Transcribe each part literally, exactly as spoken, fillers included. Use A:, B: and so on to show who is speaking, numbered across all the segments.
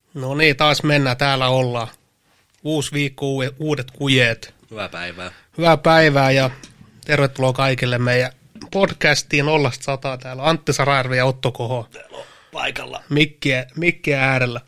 A: No niin, taas mennään. Täällä ollaan. Uusi viikko, uudet kujeet.
B: Hyvää päivää.
A: Hyvää päivää ja tervetuloa kaikille meidän podcastiin Nollasta sataa. Täällä Antti Sarajärvi ja Otto Koho.
B: Täällä on paikalla.
A: Mikkiä, mikkiä äärellä.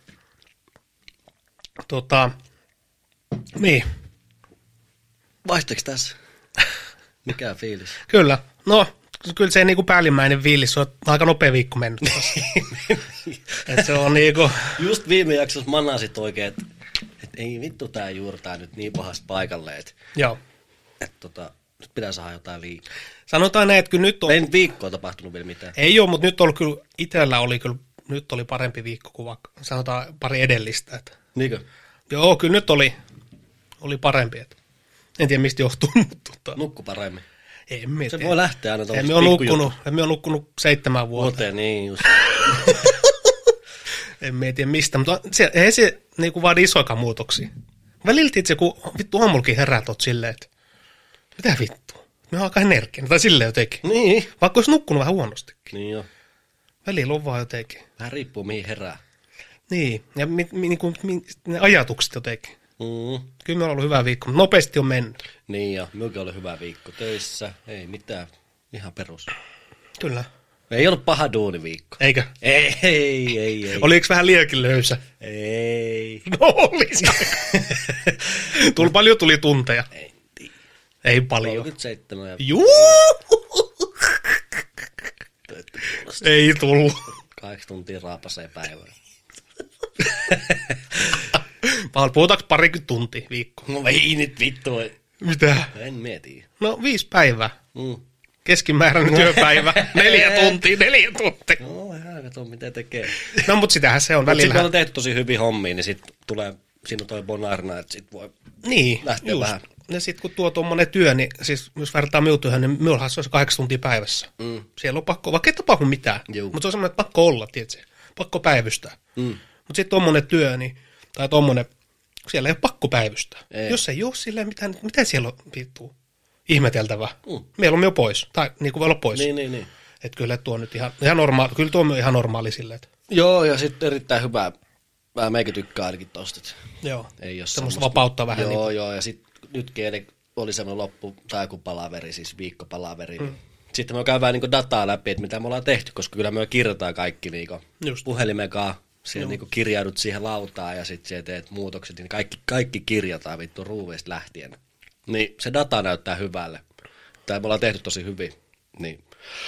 A: Tota, niin.
B: Vaihteko tässä? Mikä fiilis?
A: Kyllä. No, kyllä se niinku päällimmäinen fiilis on aika nopea viikko mennyt. Et se on niinku...
B: Just viime jaksossa manasit oikein, että et ei vittu tää juurtaa nyt niin pahasti paikalle, että
A: Joo.
B: et tota, nyt pitää saada jotain liikaa.
A: Sanotaan näin, että kyllä nyt on...
B: Ei nyt viikkoa tapahtunut vielä mitään.
A: Ei ole, mutta nyt oli kyllä, itsellä oli kyllä, nyt oli parempi viikko kuin vaikka, sanotaan pari edellistä. Että.
B: Niinkö?
A: Joo, kyllä nyt oli, oli parempi. Että. En tiedä mistä johtuu, mutta... Tota,
B: Nukku paremmin.
A: en mä
B: Se
A: tiedä.
B: voi lähteä aina
A: Emme
B: tuollaista
A: ole nukkunut, emme ole nukkunut seitsemän vuotta.
B: Vuoteen, niin just.
A: En mä tiedä mistä, mutta se, ei se niinku vaadi isoakaan muutoksia. Välillä itse, kun vittu aamullakin herät oot silleen, että mitä vittu, me on aika energinen, tai silleen jotenkin.
B: Niin.
A: Vaikka olisi nukkunut vähän huonostikin.
B: Niin jo.
A: Välillä on vaan jotenkin.
B: Vähän riippuu mihin herää.
A: Niin, ja mi, mi, niinku, mi, ne ajatukset jotenkin.
B: Mm.
A: Kyllä me on ollut hyvä viikko, mutta nopeasti on mennyt.
B: Niin jo, minullakin oli hyvä viikko töissä. Ei mitään, ihan perus.
A: Kyllä.
B: Ei ollut paha duuniviikko.
A: Eikö?
B: Ei, ei, ei. ei.
A: Oliko vähän liiankin löysä?
B: Ei.
A: No olisi. Tuli paljon tuli tunteja.
B: Ei, tiedä.
A: Ei paljon.
B: kolmekymmentäseitsemän ja
A: Juu! Ei tullut.
B: kahdeksan tuntia raapasee päivään.
A: Puhutaanko parikymmentä tuntia viikko?
B: No ei nyt vittu.
A: Mitä?
B: En mieti.
A: No viisi päivää.
B: Mm.
A: Keskimääräinen työpäivä. Neljä tuntia, neljä tuntia.
B: No ihan kato mitä tekee.
A: No mutta sitähän se on
B: Mutta sitten
A: välillä.
B: kun on tehty tosi hyvin hommia, niin sitten tulee, siinä on toi bonarna, että sitten voi
A: Niin,
B: lähteä
A: just.
B: vähän.
A: Ja sitten kun tuo tuommoinen työ, niin siis jos vertaa minun työhön, niin minullahan se olisi kahdeksan tuntia päivässä.
B: Mm.
A: Siellä on pakko, vaikka ei tapahdu mitään,
B: Juu.
A: mutta se on semmoinen, että pakko olla, tiedätkö? Pakko päivystää.
B: Mm.
A: Mutta sitten tuommoinen työ, niin, tai tuommoinen, siellä ei ole pakko päivystää.
B: Ei.
A: Jos ei ole silleen, mitä, mitä siellä on vittu ihmeteltävää.
B: Mm.
A: Meillä on jo pois, tai niin kuin voi olla pois.
B: Niin, niin, niin.
A: Että kyllä tuo nyt ihan, ihan normaali, kyllä tuo on ihan normaali silleen, että
B: Joo, ja sitten erittäin hyvää. Vähän meikä tykkää ainakin tosta. että
A: joo,
B: Ei ole
A: semmoista vapautta vähän.
B: Joo,
A: Niin kuin,
B: joo, ja sitten nytkin eli oli semmoinen loppu, tai joku palaveri, siis viikkopalaveri. Mm. Sitten me käydään niinku dataa läpi, että mitä me ollaan tehty, koska kyllä me kirjataan kaikki niinku
A: Just.
B: puhelimenkaan. Siellä niinku kirjaudut siihen lautaan ja sitten siellä teet muutokset, niin kaikki, kaikki kirjataan vittu ruuveista lähtien. Niin se data näyttää hyvälle. Tai me ollaan tehty tosi hyvin. Niin,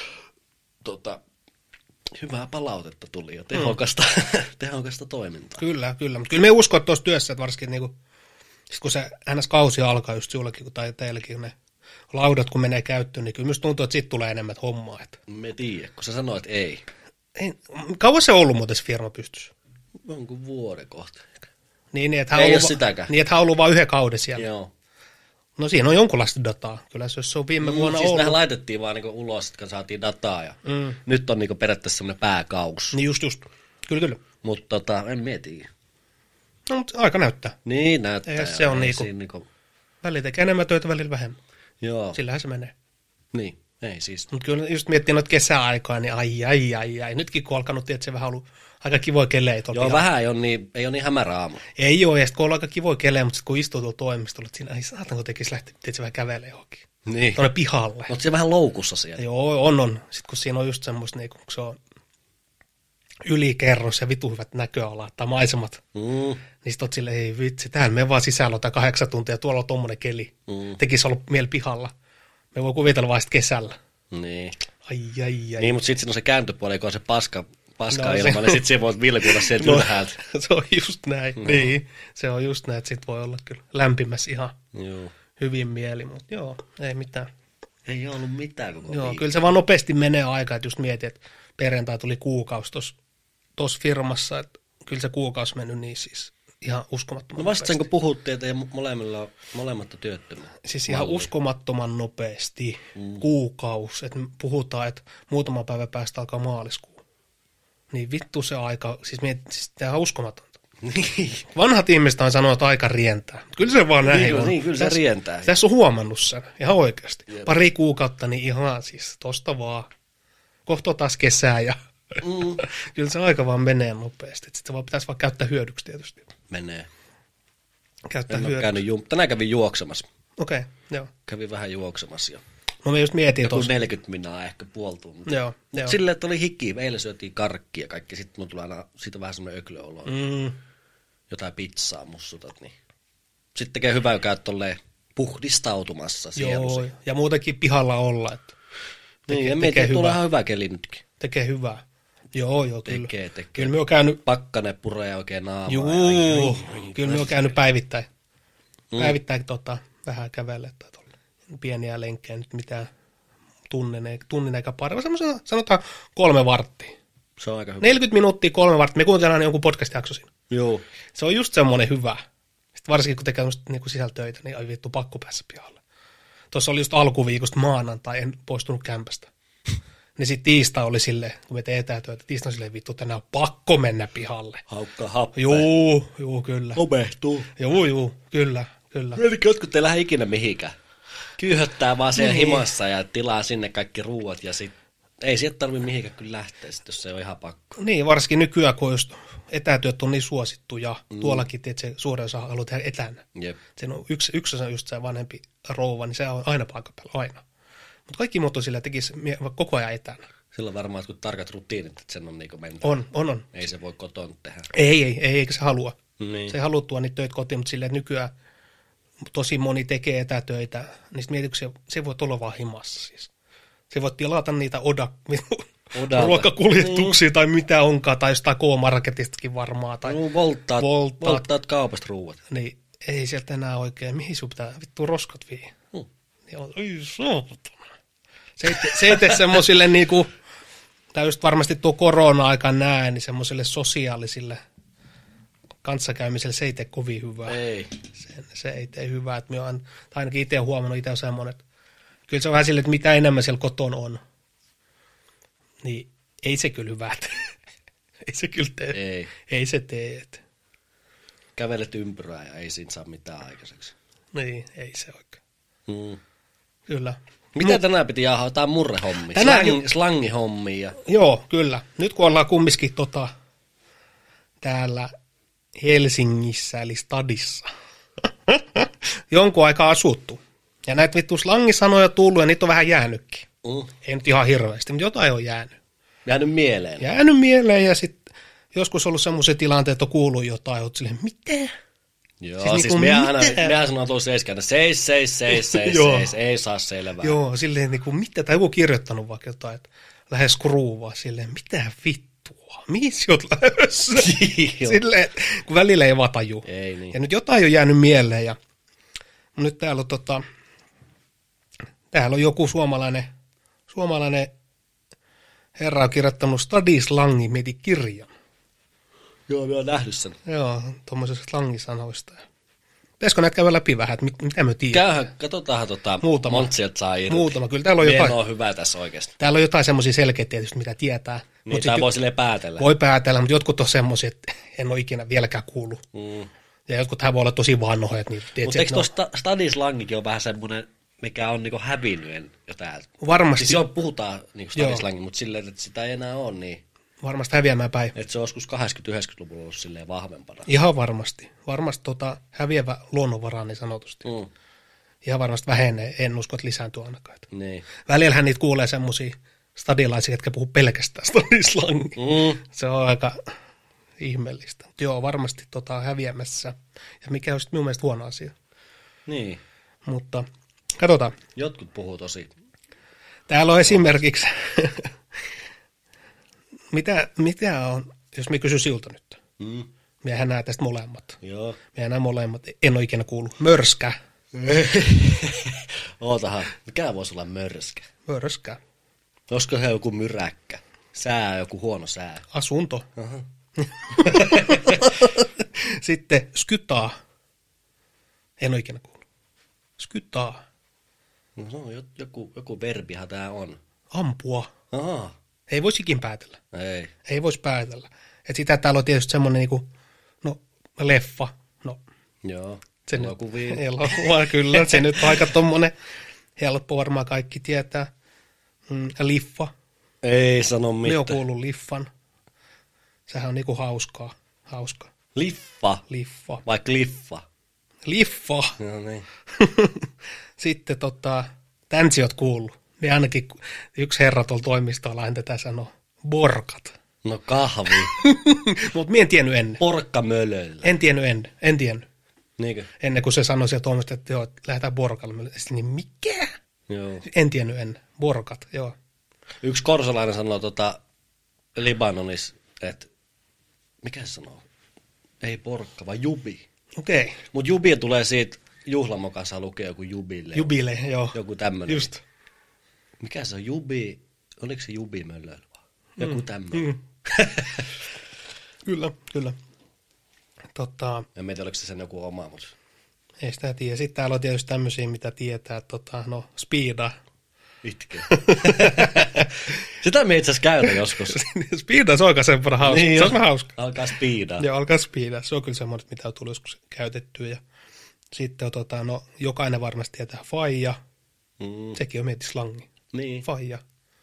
B: tota, hyvää palautetta tuli ja tehokasta, mm. tehokasta toimintaa.
A: Kyllä, kyllä. Mutta kyllä me uskon, että tuossa työssä, että varsinkin niinku, sit kun se N S-kausi alkaa just sullekin tai teillekin, ne laudat kun menee käyttöön, niin kyllä myös tuntuu, että siitä tulee enemmän hommaa. Että.
B: Me tiedä, kun sä sanoit ei.
A: Ei, kauan se on ollut muuten se firma pystyssä?
B: Jonkun vuoden kohta.
A: Niin, niin että
B: Ei
A: hän
B: ole
A: ollut,
B: sitäkään.
A: niin, että hän on ollut vain yhden kauden siellä.
B: Joo.
A: No siinä on jonkunlaista dataa. Kyllä se, jos se on viime
B: Mm,
A: vuonna
B: siis
A: ollut.
B: mehän laitettiin vaan niinku ulos, että saatiin dataa ja
A: Mm.
B: nyt on niinku periaatteessa semmoinen pääkaus.
A: Niin just, just. Kyllä, kyllä.
B: Mutta tota, en mieti.
A: No, mutta aika näyttää.
B: Niin näyttää.
A: Eihän se
B: joo,
A: on
B: ei
A: niinku-
B: siinä niinku,
A: Välillä tekee enemmän töitä, välillä vähemmän.
B: joo,
A: Sillähän se menee.
B: niin, ei siis.
A: Mutta kyllä just miettii noita kesäaikaa, niin ai, ai, ai, ai. Nytkin kun on alkanut, että se vähän ollut aika kivoja kelejä tuolla
B: Joo,
A: pihalla.
B: vähän ei ole niin, ei ole niin hämärä aamu.
A: Ei ole, ja sitten kun on aika kivoja kelejä, mutta sitten kun istuu tuolla toimistolla, että siinä, ai saatan, kun tekisi lähteä, että se vähän kävelee johonkin.
B: Niin.
A: Tuonne pihalle.
B: Mutta se vähän loukussa siellä.
A: Joo, on, on. Sitten kun siinä on just semmoista, niin kun se on ylikerros ja vitu hyvät näköalat tai maisemat,
B: Mm,
A: niin sitten oot silleen, ei vitsi, tähän me vaan sisällä tai kahdeksan tuntia, tuolla on tommonen keli.
B: mm,
A: Tekisi olla mieli pihalla. Me voi kuvitella vaan sitten kesällä.
B: niin.
A: Ai, ai, ai.
B: Niin, mutta sitten siinä on se kääntöpuoli, kun on se paska, paska
A: No,
B: no,
A: se-
B: ilma, niin sitten se voit vilkuilla sieltä
A: No,
B: ylhäältä.
A: se on just näin,
B: No.
A: niin. Se on just näin, että sit voi olla kyllä lämpimässä ihan
B: Joo.
A: hyvin mieli, mutta joo, ei mitään.
B: Ei ollut mitään koko
A: Joo,
B: viikko.
A: kyllä se vaan nopeasti menee aika, että just mietin, että perjantai tuli kuukausi tuossa firmassa, että kyllä se kuukausi mennyt niin siis ihan uskomattoman
B: No vasta sen,
A: nopeasti.
B: kun puhuttiin, että ei molemmilla ole, molemmat on työttömiä.
A: Siis ihan
B: Malli.
A: uskomattoman nopeasti, mm. kuukausi, että puhutaan, että muutama päivä päästä alkaa maaliskuu. Niin vittu se aika, siis, miet, siis tämä on uskomatonta.
B: Niin.
A: Vanhat ihmiset on sanonut, että aika rientää. Kyllä se vaan näin
B: Niin,
A: on.
B: niin, kyllä se
A: Tässä-
B: rientää.
A: Tässä on huomannut sen, ihan oikeasti.
B: Jep.
A: Pari kuukautta, niin ihan siis tosta vaan. Kohta taas kesää ja
B: Mm.
A: Kyllä se aika vaan menee nopeasti. Sitten se vaan pitäisi vaan käyttää hyödyksi tietysti.
B: Menee.
A: Käyttää
B: En ole
A: hyödyksi.
B: käynyt ju- Tänään kävin juoksemassa.
A: Okei, okay, joo.
B: Kävin vähän juoksemassa jo.
A: No me just mietin
B: Joku
A: tuossa.
B: neljäkymmentä minaa ehkä puoli tuntia.
A: Joo, joo.
B: Silleen, että oli hiki. Eilen syötiin karkkia ja kaikki. Sitten mun tulee aina, siitä on vähän semmoinen öklöolo.
A: Mm,
B: Jotain pizzaa mussutat. Niin. Sitten tekee hyvää, käy tolleen puhdistautumassa sielusi.
A: joo, ja muutenkin pihalla olla. Että
B: Niin, ja
A: tekee
B: mietin, että tulee
A: hyvää.
B: ihan hyvä keli nytkin.
A: tekee hyvää. Joo, joo, kyllä.
B: Tekee, tekee.
A: Kyllä me on käynyt,
B: Pakkane puree oikein naamaa.
A: juu, kyllä me on käynyt päivittäin.
B: Mm.
A: Päivittäin tota, vähän kävelle tai tuolla. Pieniä lenkkejä, nyt mitään tunnin, tunnin eikä pari, vaan semmoisen, sanotaan kolme varttia.
B: Se on aika hyvä.
A: neljäkymmentä minuuttia, kolme varttia. Me kuuntellaan jonkun podcast-jakso siinä.
B: Joo.
A: Se on just semmoinen hyvä. Sitten varsinkin kun tekee niin sisältöitä, niin ai vittu, pakko päässä pihalle. Tuossa oli just alkuviikosta maanantai, en poistunut kämpästä. Niin sitten tiistai oli silleen, kun me teemme etätöitä, tiistai oli silleen, vittu, tänään on pakko mennä pihalle.
B: Haukka happe.
A: Juu, juu, kyllä.
B: Homehtuu.
A: Juu, juu, kyllä, kyllä.
B: Mietitkö, jotkut ei lähde ikinä mihinkään. Kyyhöttää vaan siellä
A: Niin.
B: himassa ja tilaa sinne kaikki ruuat ja sit ei sieltä tarvitse mihinkään kyllä lähteä, sit, jos se on ihan pakko.
A: Niin, varsinkin nykyään, kun just etätyöt on niin suosittuja, mm. tuollakin, että se suurin osa haluaa tehdä etänä.
B: Jep.
A: Siinä on yksi, yksi osa just se vanhempi rouva, niin se on aina paikan päällä, aina. Mutta kaikki muut on sillä, että tekisi mie- koko ajan etänä.
B: Sillä on varmaan jotkut tarkat rutiinit, että sen on niinku mentä.
A: On, on, on.
B: Ei se voi kotona tehdä.
A: Ei, ei, ei, eikä se halua.
B: Niin.
A: Se ei halua tuoda niitä töitä kotiin, mutta silleen, että nykyään tosi moni tekee etätöitä, niin sitten mietitkö, se, se voi olla vaan himassa siis. Se voi tilata niitä oda,
B: Odalta.
A: ruokakuljetuksia tai mitä onkaan, tai jostain K-marketistakin varmaan. Tai,
B: No, volttaat,
A: volttaat.
B: volttaat kaupasta ruuat.
A: niin ei sieltä enää oikein, mihin sun pitää vittu roskat vie.
B: Hmm.
A: Niin on, ei saatana. Se ei, te, se ei tee semmoisille niinku, tai just varmasti tuo korona-aika näin, niin semmoisille sosiaalisille kanssakäymiselle se ei tee kovin hyvää.
B: Ei.
A: Se, se ei tee hyvää, että minä olen, tai ainakin itse olen huomannut, itse on semmoinen, että kyllä se on vähän silleen, että mitä enemmän siellä kotona on, niin ei se kyllä hyvää tee. Ei se kyllä tee.
B: Ei.
A: Ei se tee. Että.
B: Kävelet ympyrää ja ei siinä saa mitään aikaiseksi.
A: Niin, ei se oikein.
B: Hmm.
A: Kyllä.
B: Mitä
A: Mut-
B: tänään piti jaahaa? Jotain murrehommia,
A: Tänään
B: Slang, slangihommia. Ja...
A: Joo, kyllä. Nyt kun ollaan kumminkin tota, täällä Helsingissä, eli stadissa, jonkun aikaa asuttu. Ja näitä vittu slangisanoja tullut, ja niitä on vähän jäänytkin.
B: Mm.
A: Ei nyt ihan hirveästi, mutta jotain on jäänyt.
B: Jäänyt mieleen.
A: Jäänyt mieleen, ja sitten joskus ollut semmoisia tilanteita, että on kuullut jotain, ja oot silleen, mitä?
B: Joo,
A: Siis
B: siis,
A: niinku
B: siis mehän, aina,
A: mitä?
B: mehän sanoo tuossa seiskänä, seis, seis, seis, seis,
A: Joo.
B: seis, ei saa selvää.
A: Joo, silleen niin kuin mitä, tai joku kirjoittanut vaikka jotain, että lähes skruuvaa, silleen, mitä vittua, mihin sä oot lähdössä?
B: Joo.
A: Silleen, kun välillä ei vaan taju.
B: Ei niin.
A: Ja nyt jotain on jäänyt mieleen, ja nyt täällä on, tota, täällä on joku suomalainen, suomalainen herra on kirjoittanut Stadislangi, mieti kirjan.
B: Joo, me on nähnyt sen.
A: Joo, tuommoisesta slangisanoista. Pitäisikö näitä käydä läpi vähän, että mit, mitä me tiedetään?
B: Käyhän, katsotaanhan tota,
A: Muutama.
B: monta sieltä saa irti.
A: Muutama, kyllä täällä on
B: Mie en
A: jotain.
B: ole hyvä tässä oikeasti.
A: Täällä on jotain semmoisia selkeitä tietysti, mitä tietää.
B: Niin,
A: Mut
B: tää
A: sit
B: voi silleen päätellä.
A: voi päätellä, mutta jotkut on semmoisia, että en ole ikinä vieläkään kuullut.
B: Mm.
A: Ja jotkuthan voi olla tosi vanhoja. Että niitä,
B: Mutta eikö tuossa stadislangikin on vähän semmoinen, mikä on niinku hävinnyt jo täältä?
A: varmasti,
B: Siis joo, puhutaan niinku
A: Joo.
B: stadislangi, mutta silleen, että sitä ei enää ole niin.
A: varmasti häviämään päin.
B: Että se on joskus kahdeksankymmentä-yhdeksänkymmentäluvulla ollut silleen vahvempana.
A: Ihan varmasti. Varmasti tota, häviävä luonnonvara niin sanotusti.
B: Mm.
A: Ihan varmasti vähenee. En usko, että lisääntyy ainakaan.
B: Niin.
A: Välillähän niitä kuulee semmoisia stadilaisia, jotka puhuu pelkästään stadislangia.
B: Mm.
A: Se on aika ihmeellistä. Mut joo, varmasti tota, häviämässä. Ja mikä on sitten minun mielestä huono asia.
B: Niin.
A: Mutta katsotaan.
B: Jotkut puhuu tosi.
A: Täällä on esimerkiksi, mitä, mitä on, jos me kysyn siltä nyt.
B: Mm.
A: Mehän näe tästä molemmat.
B: Joo.
A: Mehän nämä molemmat, en ole ikinä kuullut. Mörskä.
B: Ootahan, mikä voisi olla mörskä?
A: Mörskä.
B: Olisiko he joku myräkkä? Sää, joku huono sää.
A: Asunto.
B: Aha.
A: Sitten skytaa. En ole ikinä kuullut. Skytaa.
B: No, se on jo- joku, joku verbihan tää on.
A: Ampua.
B: Aha.
A: Ei voisi ikin päätellä.
B: Ei.
A: Ei voisi päätellä. Et sitä täällä on tietysti semmoinen niinku, no leffa. No
B: Joo.
A: se nyt,
B: Elokuvia.
A: elokuva, kyllä. Se nyt on aika tommonen helppo, varmaan kaikki tietää. Mm, liffa.
B: Ei sano
A: Me
B: mitään.
A: on kuullut liffan. Sehän on niinku hauskaa. Hauska.
B: Liffa
A: Liffa.
B: vai kliffa?
A: Liffa.
B: No niin.
A: Sitten tota, tän sä oot kuullut. Niin ainakin yksi herra tuolla toimistolla hän tätä sanoo. Borkat.
B: No kahvi.
A: Mutta mä en tiennyt ennen.
B: Porkkamölöillä.
A: En tiennyt ennen. En tiennyt.
B: Niinkö?
A: Ennen kuin se sanoi sieltä toimistosta, että joo, että lähdetään Borkalle. Sitten niin mikä?
B: Joo.
A: En tiennyt ennen. Borkat, joo.
B: Yksi korsolainen sanoo tota Libanonissa, että mikä se sanoo? Ei porkka, vaan jubi.
A: Okei. Okay.
B: Mutta jubi tulee siitä juhlamokassa lukee joku jubile.
A: Jubile, joo.
B: Joku tämmönen.
A: Just.
B: Mikä se on jubi? Oliko se jubimöllöillä vaan? Joku mm. tämmönen.
A: Mm. Kyllä, kyllä. Tota,
B: En tiedä, oliko se sen joku oma, mutta...
A: ei sitä tiedä. Sitten täällä on tietysti tämmöisiä, mitä tietää. Tota, no, speeda.
B: Itkee. Sitä me itse asiassa käytän joskus.
A: Speeda, se on oikein semmoinen hauska.
B: Niin
A: se
B: jo.
A: on hauska.
B: Alkaa speedaa.
A: Joo, alkaa speeda. Se on kyllä semmoinen, mitä on tullut joskus käytettyä. Ja sitten tota, no, jokainen varmasti tietää faija.
B: Mm.
A: Sekin on mieti slangi.
B: Niin.
A: Faija.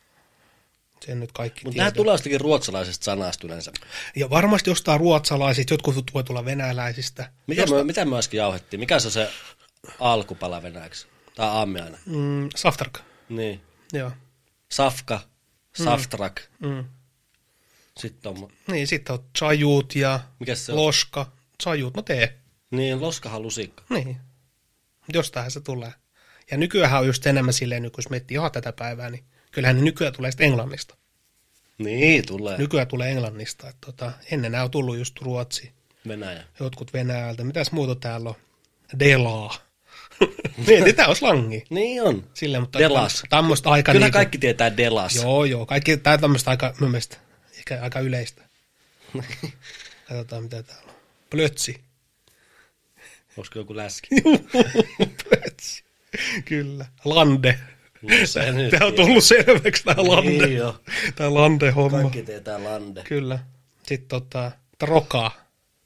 A: Sen nyt kaikki
B: Mutta
A: tietää.
B: nämä tulee jostakin ruotsalaisesta sanasta yleensä.
A: Ja varmasti jostain ruotsalaisit, jotkut voi tulla venäläisistä.
B: Mitä, Josta... me, mitä me äsken jauhettiin? Mikä se on se alkupala venäjäksi? Tai aamiainen?
A: Mm, saftark.
B: Niin.
A: Joo.
B: Safka, saftrak.
A: Mm.
B: Sitten on...
A: Niin, sitten on chajut ja
B: Mikäs se on?
A: loska. Chajut, no tee.
B: Niin, loskahan lusikka.
A: Niin. Jostainhan se tulee. Ja nykyään on just enemmän silleen, kun jos miettii ihan tätä päivää, niin kyllähän ne nykyään tulee sitten englannista.
B: Niin, tulee.
A: Nykyään tulee englannista. Että tota, ennen nämä on tullut just Ruotsi.
B: Venäjä.
A: Jotkut Venäjältä. Mitäs muuta täällä on? Delaa. Niin, tämä on slangi.
B: Niin on.
A: Silleen, mutta
B: Delas.
A: tämmöistä aika...
B: Kyllä
A: niinku,
B: kaikki tietää Delas.
A: Joo, joo. Kaikki, tämä on tämmöistä aika, mun mielestä, ehkä aika yleistä. Katsotaan, mitä täällä on. Plötsi.
B: Olisiko joku läski?
A: Plötsi. Kyllä. Lande.
B: No se nyt
A: Tämä on tullut selväksi, tämä lande.
B: Niin jo.
A: Tämä lande-homma.
B: Kaikki tietää lande.
A: Kyllä. Sitten tota, trokaa.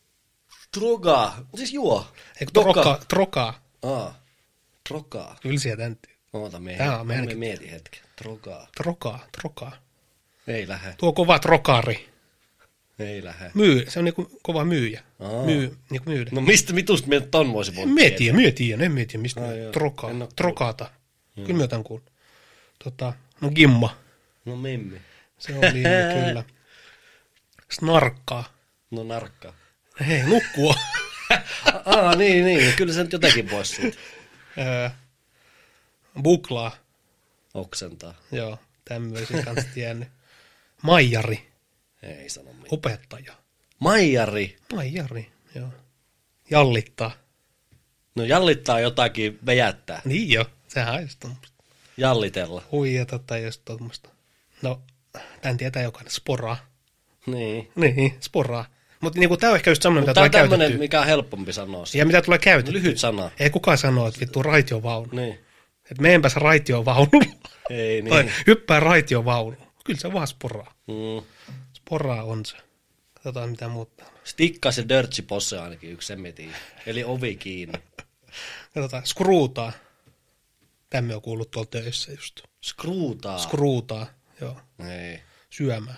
B: Trogaa. Siis juo.
A: Eikö trokaa? Trokaa.
B: Aa. Trokaa.
A: Kyllä sieltä entii.
B: Oota, me,
A: Tämä on
B: me
A: meidänkin.
B: mietin hetken. Trokaa.
A: Trokaa, trokaa.
B: Ei lähde.
A: Tuo kova trokari.
B: Ei lähde.
A: Myy, se on niinku kova myyjä.
B: Aa.
A: Myy, niinku myydä.
B: No mistä mitusta me ton voisi voinut
A: Mietiä, mietiä, en mietiä, mistä
B: Ai joo.
A: trokaa,
B: En oo
A: trokata. Kyllä mä otan kuullut. Tota, no gimma,
B: No mimmi.
A: se on niin, kyllä. Snarkkaa.
B: No narkka.
A: Hei, nukkua.
B: Aa, niin, niin. Kyllä se nyt jotenkin voisi siitä
A: Öö, buklaa,
B: oksentaa.
A: joo, tämmöisiä kanssa tiennyt. Maijari,
B: Ei sano mitään.
A: opettaja.
B: Maijari.
A: Maijari, joo. Jallittaa.
B: No jallittaa jotakin, vejättää.
A: Niin jo, sehän on just tommoista.
B: Jallitella.
A: Huijata tai just tommoista. No, tän tietää jokainen, sporaa.
B: Niin.
A: Niin, sporaa. Mutta niinku, tää on ehkä just semmoinen, mitä
B: Tämä
A: tulee
B: on tämmöinen,
A: käytettyä.
B: mikä on helpompi sanoa.
A: Ja mitä tulee käytettyä.
B: Lyhyt sana.
A: Ei kukaan sano, että vittu raitiovaunu.
B: Niin.
A: Että meenpäs raitiovaunulla.
B: Ei niin.
A: Tai hyppää raitiovaunulla. Kyllä se vaan sporaa.
B: Mm.
A: Sporaa on se. Katsotaan mitä muuta.
B: Stikkas ja dirty posse ainakin yksi, sen mietin. Eli ovi kiinni.
A: Katsotaan, skruutaa. Tämmöinen on kuullut tuolla töissä just.
B: Skruutaa.
A: Skruutaa, joo.
B: Ei.
A: Syömään.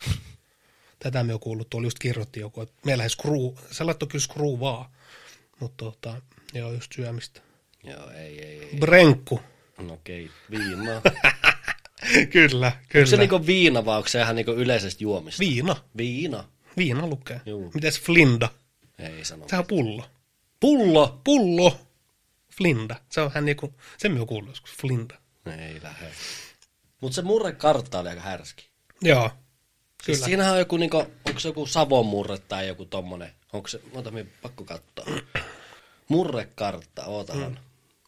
A: Tätä me on kuullut, tuolla just kirjoitti joku, että meillä ei skruu, se laittoi kyllä skruuvaa, mutta tota, joo, just syömistä.
B: Joo, ei, ei, ei.
A: Brenkku.
B: No okei, viina.
A: Kyllä, kyllä.
B: Onko se niinku viina vai onko se ihan niinku yleisestä juomista?
A: Viina.
B: Viina.
A: Viina lukee.
B: Juu.
A: Mites flinda?
B: Ei sano.
A: Sehän on pullo.
B: Pullo.
A: Pullo. Flinda. Se on hän niinku, sen me on kuullut joskus, flinda.
B: Ei lähde. Mutta se murrekartta oli aika härski.
A: Joo.
B: Siis
A: Kyllä.
B: siinähän on joku, niinku, onko se joku Savon murre tai joku tommonen, onko se, oota minä pakko katsoa. Murrekartta, ootahan. Mm.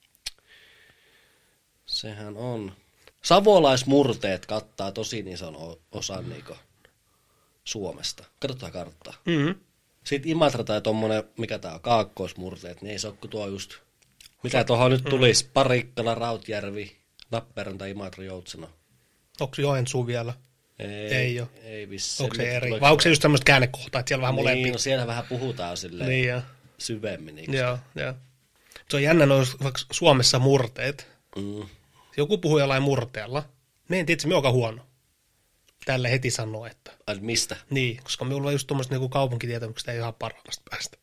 B: Sehän on. Savolaismurteet kattaa tosi ison o- osan niinku Suomesta. Katsotaan karttaa.
A: Mm-hmm.
B: Sitten Imatra tai tommonen, mikä tää on, kaakkoismurteet, niin ei se ole kuin tuo just, mitä tuohon nyt tulisi, mm. Parikkala, Rautjärvi, Lappeenranta, Imatra, Joutseno.
A: Onko Joensuu vielä?
B: Ei,
A: Ei oo.
B: Ei vissiin.
A: Onko se eri? Vai onko se just tämmöistä käännekohtaa, että siellä vähän
B: niin,
A: molempia?
B: no siellä vähän puhutaan silleen
A: Niin, joo.
B: syvemmin. Niin
A: Joo, joo. Se on jännä, noin vaikka Suomessa murteet.
B: mm.
A: Joku puhuu jollain murteella. Me en tiedä, että se me on aika huono. tälle heti sanoa, että...
B: Ai mistä?
A: Niin, koska minulla on just tuommoista niinku kaupunkitietämyksestä ei ihan parhaasta päästä.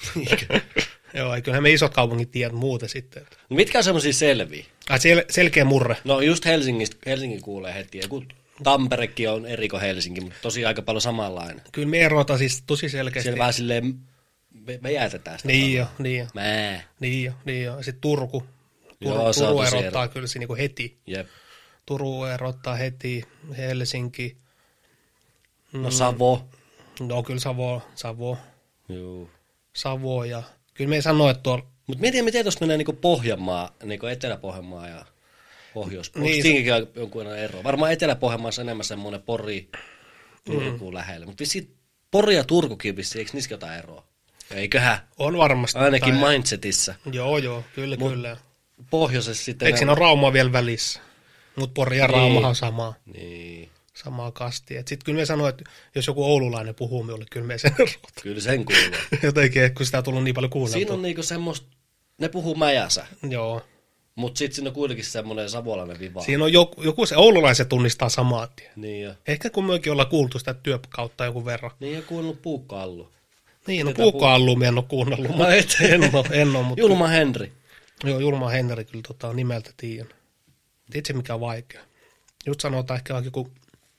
A: Joo, kyllähän me isot kaupungit tiedät muuten sitten.
B: No mitkä on semmoisia selviä?
A: Ai sel- selkeä murre.
B: No just Helsingistä, Helsingin kuulee heti. Joku Tamperekin on eri kuin Helsinki, mutta tosi aika paljon samanlainen.
A: Kyllä me erotaan siis tosi selkeästi.
B: Siellä vähän silleen, me, me jäätetään sitä.
A: Niin jo, niin jo.
B: Mää.
A: Niin jo, niin jo. Sitten Turku. Tur-
B: Joo, se on
A: Turu
B: tosi
A: erottaa
B: ero.
A: kyllä se niinku heti.
B: Jep.
A: Turu erottaa heti, Helsinki.
B: No Savo.
A: No kyllä Savo, Savo,
B: Joo.
A: Savo ja kyllä me ei sano, että tuolla...
B: Mutta mietin, miten tuossa menee niinku Pohjanmaa, niinku Etelä-Pohjanmaa ja Pohjois-Pohjanmaa.
A: Niin,
B: Onko siinäkin on jonkun ero? Varmaan Etelä-Pohjanmaassa on enemmän semmoinen Pori, Turku mm. lähellä. Mutta vissiin Pori ja Turkukin vissiin, eikö niissäkin jotain eroa? Eiköhän?
A: On varmasti.
B: Ainakin
A: tai...
B: mindsetissä.
A: Joo, joo, kyllä,
B: Mut
A: kyllä.
B: Pohjoisessa sitten...
A: Eikö siinä ole Rauma vielä välissä? Mutta Pori ja Raumahan
B: niin.
A: on samaa.
B: Niin.
A: Samaa kastia. Sitten kyllä me sanoo, että jos joku oululainen puhuu minulle, kyllä me sen erotan.
B: Kyllä sen kuuluu.
A: Jotenkin, kun sitä on tullut niin paljon kuunneltua.
B: Siinä on niinku semmoista, ne puhuu mäjäsä,
A: Joo.
B: mutta sitten siinä on kuitenkin semmoinen savolainen viva.
A: Siinä on joku, joku se oululainen tunnistaa samaa tien.
B: Niin ja,
A: Ehkä kun mekin ollaan kuultu sitä työkautta joku verran.
B: niin ja kuunnellut Puukko-Allu.
A: Niin, no
B: Tätä
A: Puukko-Allu me en ole kuunnellut.
B: No
A: mutta
B: et.
A: en ole, en ole, mutta...
B: Julma Henri.
A: Joo, Julma Henri kyllä tota, nimeltä tiedän. Itse mikä on vaikea. Just sanotaan ehkä joku...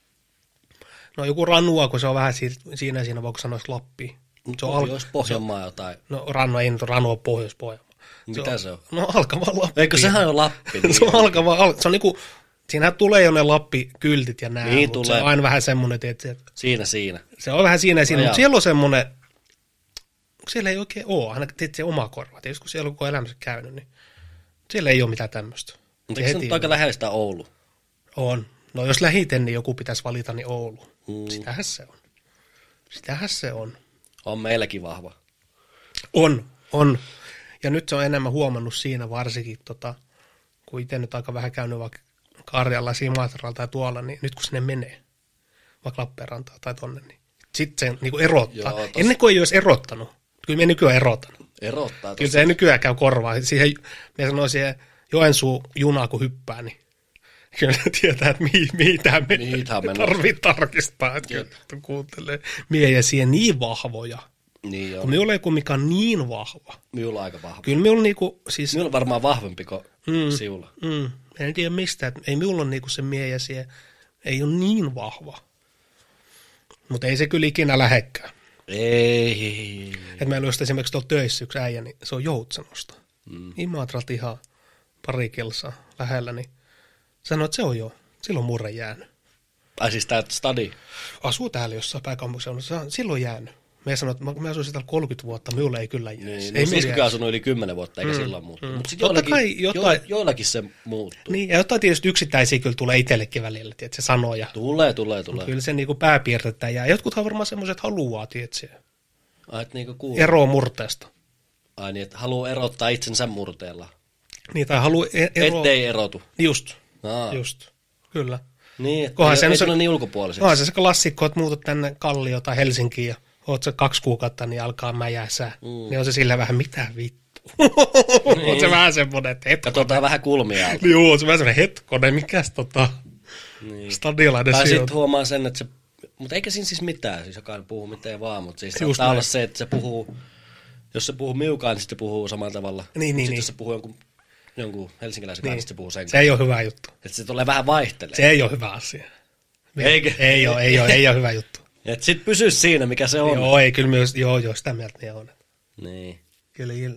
A: No joku Ranua, kun se on vähän siinä, siinä, siinä voiko sanoisi Lappi. Se on al-
B: Pohjanmaa jotain.
A: No Ranua ei nyt ole Ranua Pohjois-Pohjanmaa.
B: Mitä se on?
A: No alkava Lappi.
B: Eikö sehän on Lappi? Niin
A: se on alkava, al- se on niinku, siinähän tulee jo ne Lappi-kyltit ja nää,
B: Niin
A: mutta
B: tulee.
A: se on aina vähän semmoinen, että
B: Siinä, siinä.
A: se on vähän siinä ja siinä,
B: No
A: mutta siellä on semmoinen, siellä ei oikein ole, ainakin tietysti se oma korva, tietysti kun siellä on koko elämänsä käynyt, niin siellä ei ole mitään tämmöistä.
B: Mutta eikö se nyt aika lähellä sitä Oulu?
A: On. No jos lähiten, niin joku pitäisi valita, niin Oulu.
B: Mm.
A: Sitähän se on. Sitähän se on.
B: On meilläkin vahva.
A: On, on. Ja nyt se on enemmän huomannut siinä varsinkin, tota, kun itse nyt aika vähän käynyt vaikka Karjalla, Simatralla tai tuolla, niin nyt kun sinne menee, vaikka Lappeenrantaan tai tonne, niin sitten se niin erottaa.
B: Joo, tos...
A: Ennen kuin ei olisi erottanut. Kyllä me nykyään erotan.
B: Erottaa.
A: Kyllä se ei nykyään käy korvaa. Siihen, me sanoo siihen Joensuu junaa, kun hyppää, niin kyllä tietää, että mihin, mihin tämä menee.
B: Mihin tämä menee.
A: Tarvii tarkistaa, että kyllä kuuntelee. Mie ja siihen niin vahvoja.
B: Niin joo.
A: Kun minulla ei ole mikä on niin vahva.
B: Minulla on aika vahva.
A: Kyllä minulla on niinku, siis...
B: Minulla on varmaan vahvempi kuin
A: Mm.
B: siulla.
A: Mm, en tiedä mistä, että ei minulla ole niinku se mie ja siihen, ei ole niin vahva. Mutta ei se kyllä ikinä lähekkään.
B: Ei.
A: Että meillä olisi esimerkiksi tuolla töissä yksi äijä, niin se on Joutsanosta. Mm. Imatralta ihan pari kilsaa lähellä, niin sanoi, että se on jo, silloin murre jäänyt.
B: Ai siis tää stadi?
A: Asuu täällä jossain pääkaupunkiseudulla, se on silloin jäänyt. Me sanoin, että mä, mä asuisin täällä kolmekymmentä vuotta, minulle ei kyllä jäisi.
B: Niin,
A: ei
B: no siskokin asunut yli kymmenen vuotta, eikä mm. silloin muuttunut.
A: Mm.
B: Mutta
A: Totta
B: joillakin,
A: kai jotain-
B: jo, joillakin se muuttuu.
A: Niin, ja jotain tietysti yksittäisiä kyllä tulee itsellekin välillä, tiedätkö, se sanoja.
B: Tulee, tulee, tulee.
A: Kyllä se niinku pääpiirtetään jää. Jotkuthan varmaan semmoiset haluaa, tiedätkö,
B: Ai, että niinku kuuluu.
A: eroa murteesta.
B: Ai niin, että haluaa erottaa itsensä murteella.
A: Niin, tai haluaa e- eroa.
B: Ettei erotu.
A: Just,
B: Aa.
A: just, kyllä.
B: Niin, että
A: Kohan
B: ei,
A: se
B: ei
A: nyt se-
B: tule niin ulkopuoliseksi.
A: No se se klassikko, että muutat tänne Kallioon tai Helsinkiin ja oot se kaksi kuukautta, niin alkaa mäjäsää. Mm. Niin on se sillä vähän, mitä vittu. Niin. On se vähän semmoinen, että hetkonen.
B: Katsotaan vähän kulmia alta.
A: Joo, on se vähän semmoinen hetkonen, mikäs tota
B: Niin.
A: stadiolainen
B: Tai
A: sijoitus.
B: sitten huomaa sen, että se... Mutta eikä siinä siis mitään, siis jokainen puhuu miten vaan, mutta siis
A: Just
B: saattaa
A: näin.
B: olla se, että se puhuu... Jos se puhuu miukaan, niin sitten se puhuu samalla tavalla.
A: Niin, niin,
B: sitten
A: niin.
B: jos se puhuu jonkun, jonkun helsinkiläisen kanssa,
A: Niin.
B: niin sitten se puhuu sen
A: Se ei ole hyvä juttu.
B: Että se tulee vähän vaihtelee.
A: Se ei ole hyvä asia.
B: Eikö?
A: Ei ole, ei ole, ei ole hyvä juttu.
B: Että sit pysyisi siinä, mikä se on.
A: Joo, ei kyllä myös, joo, joo, sitä mieltä ne on.
B: Niin.
A: Kyllä, kyllä.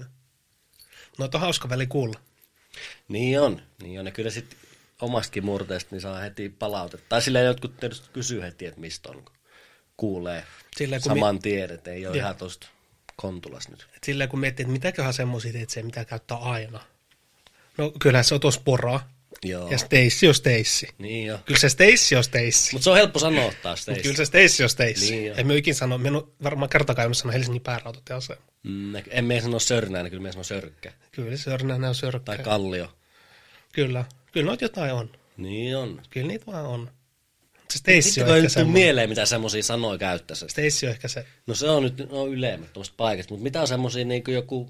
A: No, on hauska väli kuulla.
B: Niin on. Niin on. Ja kyllä sitten omastakin murteesta niin saa heti palautetta. Tai silleen jotkut tietysti kysyy heti, että mistä on, kun kuulee
A: Silleen, kun
B: saman tien, että ei ole
A: Joo.
B: ihan tuosta Kontulas nyt.
A: Et silleen kun miettii, että mitäköhän semmoisia teetsejä, mitä käyttää aina. No kyllähän se on tuossa poraa.
B: Joo.
A: Ja Stacy on Stacy.
B: Niin jo.
A: Kyllä se Stacy on Stacy.
B: Mutta se on helppo sanoa taas
A: Mut
B: teistä.
A: kyllä se Stacy on Stacy.
B: Niin jo.
A: En mä ikin sano, mä en ole varmaan kertakaan sano Helsingin päärautatieasema.
B: Mm, en me sano Sörnäinen, kyllä me sano Sörkkä.
A: Kyllä se Örnäinen on Sörkkä.
B: Tai Kallio.
A: Kyllä. Kyllä noita jotain on.
B: Niin on.
A: Kyllä niitä vaan on. Se Stacy
B: Sitten
A: on
B: kun ei
A: ehkä
B: nyt tule
A: semmoinen.
B: mieleen, mitä semmoisia sanoja käyttäisi.
A: Stacy on ehkä se.
B: No se on nyt no ylemmät tuommoista paikasta, mutta mitä on semmoisia niin kuin joku,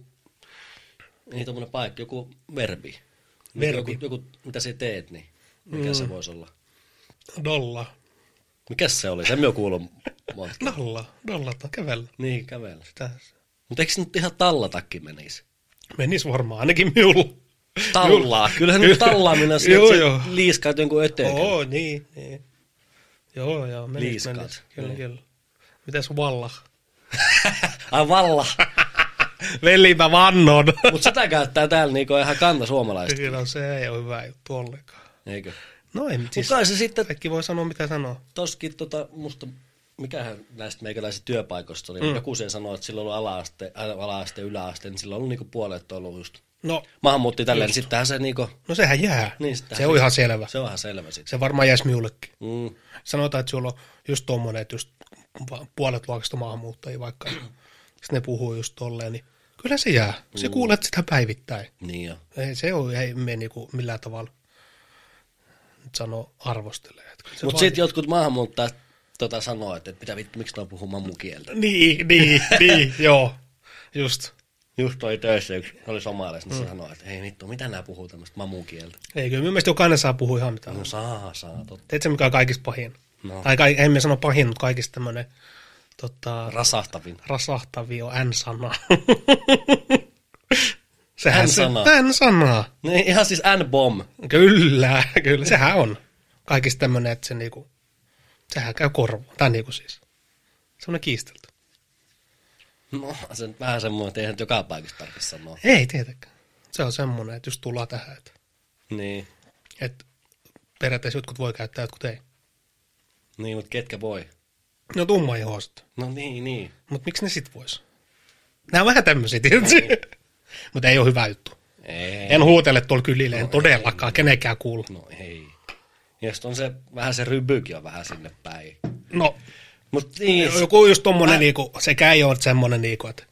B: ei tuommoinen paikka, joku verbi.
A: Verbi.
B: Joku, joku, mitä sä teet, niin mikä mm. se voisi olla?
A: Dolla.
B: Mikäs se oli? Se me on kuullut monta.
A: Nolla, nollata, kävellä.
B: Niin, kävellä.
A: Sitä.
B: Mutta eikö se nyt ihan tallatakin menisi?
A: Menis varmaan, ainakin minulla.
B: Tallaa. Kyllähän nyt tallaaminen on
A: Joo,
B: että
A: joo.
B: se liiskaat jonkun eteen.
A: Oo, niin, niin. Joo, joo, menis,
B: Liiskaat.
A: menis. Kyllä,
B: Niin.
A: kyllä. Mitäs valla?
B: Ai valla.
A: Veli, mä vannon.
B: Mutta sitä käyttää täällä niinku ihan kanta suomalaista.
A: Kyllä, se ei ole hyvä juttu ollenkaan.
B: Eikö?
A: No ei,
B: Mutta
A: siis
B: kai se sitten,
A: kaikki voi sanoa mitä sanoo.
B: toskin tota, musta, mikähän näistä meikäläisistä työpaikoista oli,
A: Mm.
B: mm. joku sen sanoi, että sillä on ollut ala-aste, ala-aste, yläaste, niin sillä on ollut niinku puolet ollut just
A: No,
B: maahanmuutti tälleen, niin sittenhän se niinku,
A: no sehän jää.
B: niin sittenhän
A: Se on ihan selvä.
B: Se on ihan selvä sit.
A: Se varmaan jäisi minullekin.
B: Mm.
A: Sanotaan, että sulla on just tommonen, että just puolet luokasta maahanmuuttajia vaikka, sitten ne puhuu just tolleen, niin kyllä se jää. Se
B: Mm.
A: kuulet sitä päivittäin.
B: Niin jo.
A: Ei, se on, ei me niinku millään tavalla nyt sano arvostelee.
B: Mutta
A: vaan-
B: sitten jotkut maahanmuuttajat tota sanoo, että, että mitä vittu, miksi toi puhuu mammukieltä.
A: Niin, niin, niin, joo, just.
B: Just toi töissä yksi, se oli somalainen, niin se sanoi, että hei vittu, mitä nää puhuu tämmöistä mamukieltä.
A: Ei, kyllä minun mielestä jokainen saa puhua ihan mitä
B: No
A: on.
B: saa, saa, totta.
A: Tiedätkö, mikä on kaikista pahin?
B: No.
A: Tai kai, emme sano pahin, mutta kaikista tämmöinen tota,
B: Rasahtavin.
A: rasahtavia on N-sana. Sehän se,
B: N-sana.
A: N-sana.
B: Niin ihan siis N-bomb.
A: Kyllä, kyllä, sehän on. Kaikista tämmöinen, että se niinku, sehän käy korvaan. Tai niinku siis. Semmoinen kiistelty.
B: No se on vähän semmoinen, että eihän nyt joka paikassa tarvitse sanoa.
A: Ei tietenkään. Se on semmoinen, että just tullaan tähän, että,
B: Niin,
A: että periaatteessa jotkut voi käyttää, jotkut ei.
B: niin mutta ketkä voi?
A: Ne on tummaihoiset.
B: No niin, niin.
A: Mutta miksi ne sit vois? Nämä on vähän tämmöisiä, tietysti. Mutta ei ole hyvä juttu.
B: Ei.
A: En huutele tuolla kylille, en todellakaan, kenenkään kuulu.
B: No ei. Ja sit on se, vähän se rybykin on vähän sinne päin.
A: No,
B: Mut niin,
A: joku just tommonen, äh. niinku, sekä ei ole semmonen, niinku, että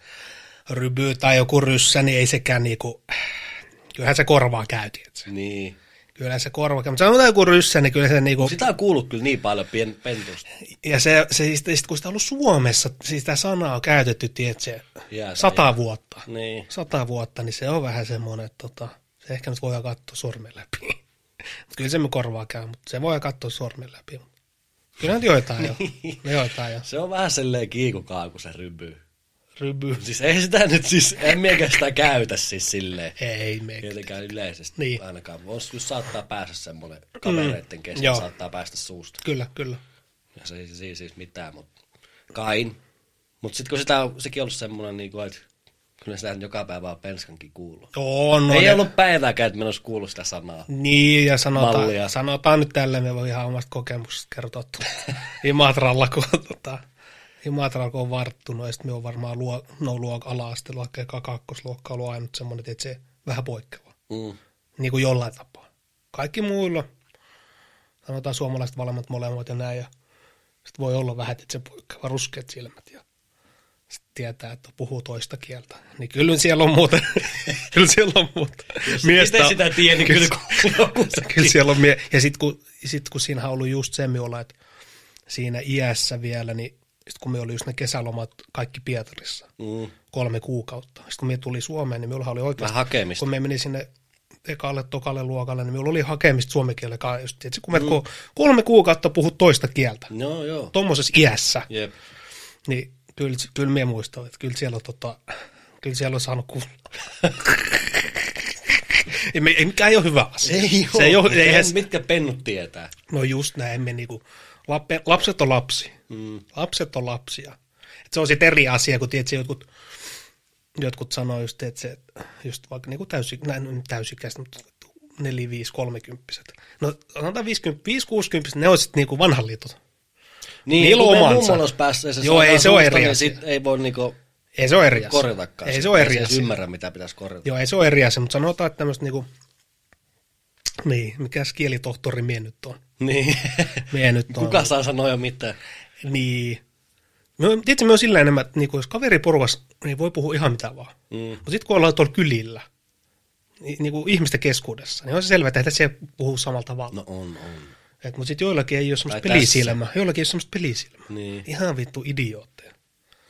A: ryby tai joku ryssä, niin ei sekään niinku, kyllähän se korvaa käy, tietsä.
B: niin.
A: Kyllä se korvaa käy, mutta sanotaan joku ryssä, niin kyllä se niinku,
B: Sitä on kuullut kyllä niin paljon pien, pentusta.
A: ja se, se siis, sit, kun sitä on ollut Suomessa, siis sitä sanaa on käytetty, tietsä,
B: Jää,
A: sata
B: jää.
A: vuotta.
B: Niin.
A: Sata vuotta, niin se on vähän semmoinen, että tota, se ehkä nyt voidaan katsoa sormen läpi. Kyllä se me korvaa käy, mutta se voidaan katsoa sormen läpi. Kyllä nyt joitain jo. Ne joitain jo.
B: Se on vähän silleen kiikukaa, kun se rybyy.
A: Ryby.
B: Siis ei sitä nyt siis, en miekä sitä käytä siis silleen.
A: Ei meikä.
B: Tietenkään yleisesti
A: Niin.
B: ainakaan. Vois just saattaa päästä semmoinen kavereitten kesken,
A: joo.
B: saattaa päästä suusta.
A: Kyllä, kyllä.
B: Ja se ei siis, siis mitään, mutta kain. Mutta sitten kun sitä on, sekin ollut semmoinen, niin kuin, että kyllä sitä joka päivä on penskankin kuullut.
A: On,
B: Ei
A: ne-
B: ollut päivääkään, että menossa kuullut sitä sanaa.
A: Niin, ja sanotaan,
B: Mallia.
A: sanotaan nyt tälleen, me voi ihan omasta kokemuksesta kertoa tuolla Imatralla, kun, tota, Imatralla, kun on varttunut, ja sitten me on varmaan luo, no, luok, ala-asteella, vaikka kakkosluokka on ollut ainut semmoinen, että se vähän poikkeava.
B: Mm.
A: Niin kuin jollain tapaa. Kaikki muilla, sanotaan suomalaiset valmat molemmat ja näin, ja sitten voi olla vähän, että se poikkeava ruskeat silmät, ja sitten tietää, että puhuu toista kieltä. Niin kyllä siellä on muuta, kyllä siellä on muuta.
B: Miestä sitä tiedä, niin kyllä joku
A: Kyllä siellä on mie- ja sitten kun, sit, kun siinä on ollut just se, olla, että siinä iässä vielä, niin sitten kun me oli just ne kesälomat kaikki Pietarissa,
B: Mm.
A: kolme kuukautta. Sitten kun me tuli Suomeen, niin minulla oli oikeasti,
B: Vähän hakemista.
A: kun me meni sinne ekalle, tokalle luokalle, niin minulla oli hakemista suomen kielellä kanssa. Just, kun me mm. kolme kuukautta puhut toista kieltä,
B: Joo, joo.
A: tuommoisessa iässä,
B: Jep.
A: niin kyllä, kyllä minä muistan, että kyllä siellä on, tota, kyllä siellä on saanut kuulla. ei, me- ei mikään ei ole hyvä asia.
B: Ei
A: Se ei ole,
B: mitkä,
A: eihän,
B: mitkä pennut tietää.
A: no just näin, me niinku, lappe, lapset on lapsi.
B: Mm.
A: Lapset on lapsia. Et se on sitten eri asia, kun tiedät, jotkut, jotkut sanoo just, että se, just vaikka niinku täysi, näin täysikäiset, mutta neljä, viisi, kolmekymppiset. No sanotaan viisikymmentä, viisi, kuusikymmentä, ne on sitten niinku vanhan liitot.
B: Niin,
A: Niillä
B: kun
A: on
B: me
A: omansa.
B: mummolas päässä se
A: Joo, ei se ole eri
B: niin
A: asia.
B: sit ei voi niinku
A: Ei se ole eri asia.
B: korjatakaan.
A: Ei
B: sitä.
A: se ole eri
B: edes
A: asia.
B: ymmärrä, mitä pitäisi korjata.
A: Joo, ei se ole eri asia, mutta sanotaan, että tämmöistä niinku, niin, mikäs kielitohtori mie nyt on.
B: Niin.
A: Mie nyt on.
B: Kuka saa sanoa jo mitään?
A: Niin. Me, tietysti me on sillä enemmän, että niinku, jos kaveriporukassa, niin voi puhua ihan mitä vaan.
B: Mm.
A: Mutta sitten kun ollaan tuolla kylillä, niin, niinku ihmisten keskuudessa, niin on se selvä, että se puhuu samalla tavalla.
B: No on, on.
A: Mutta sitten joillakin ei ole semmoista
B: Tai
A: pelisilmää. Joillakin ei ole semmoista pelisilmää.
B: Niin.
A: Ihan vittu idiootteja.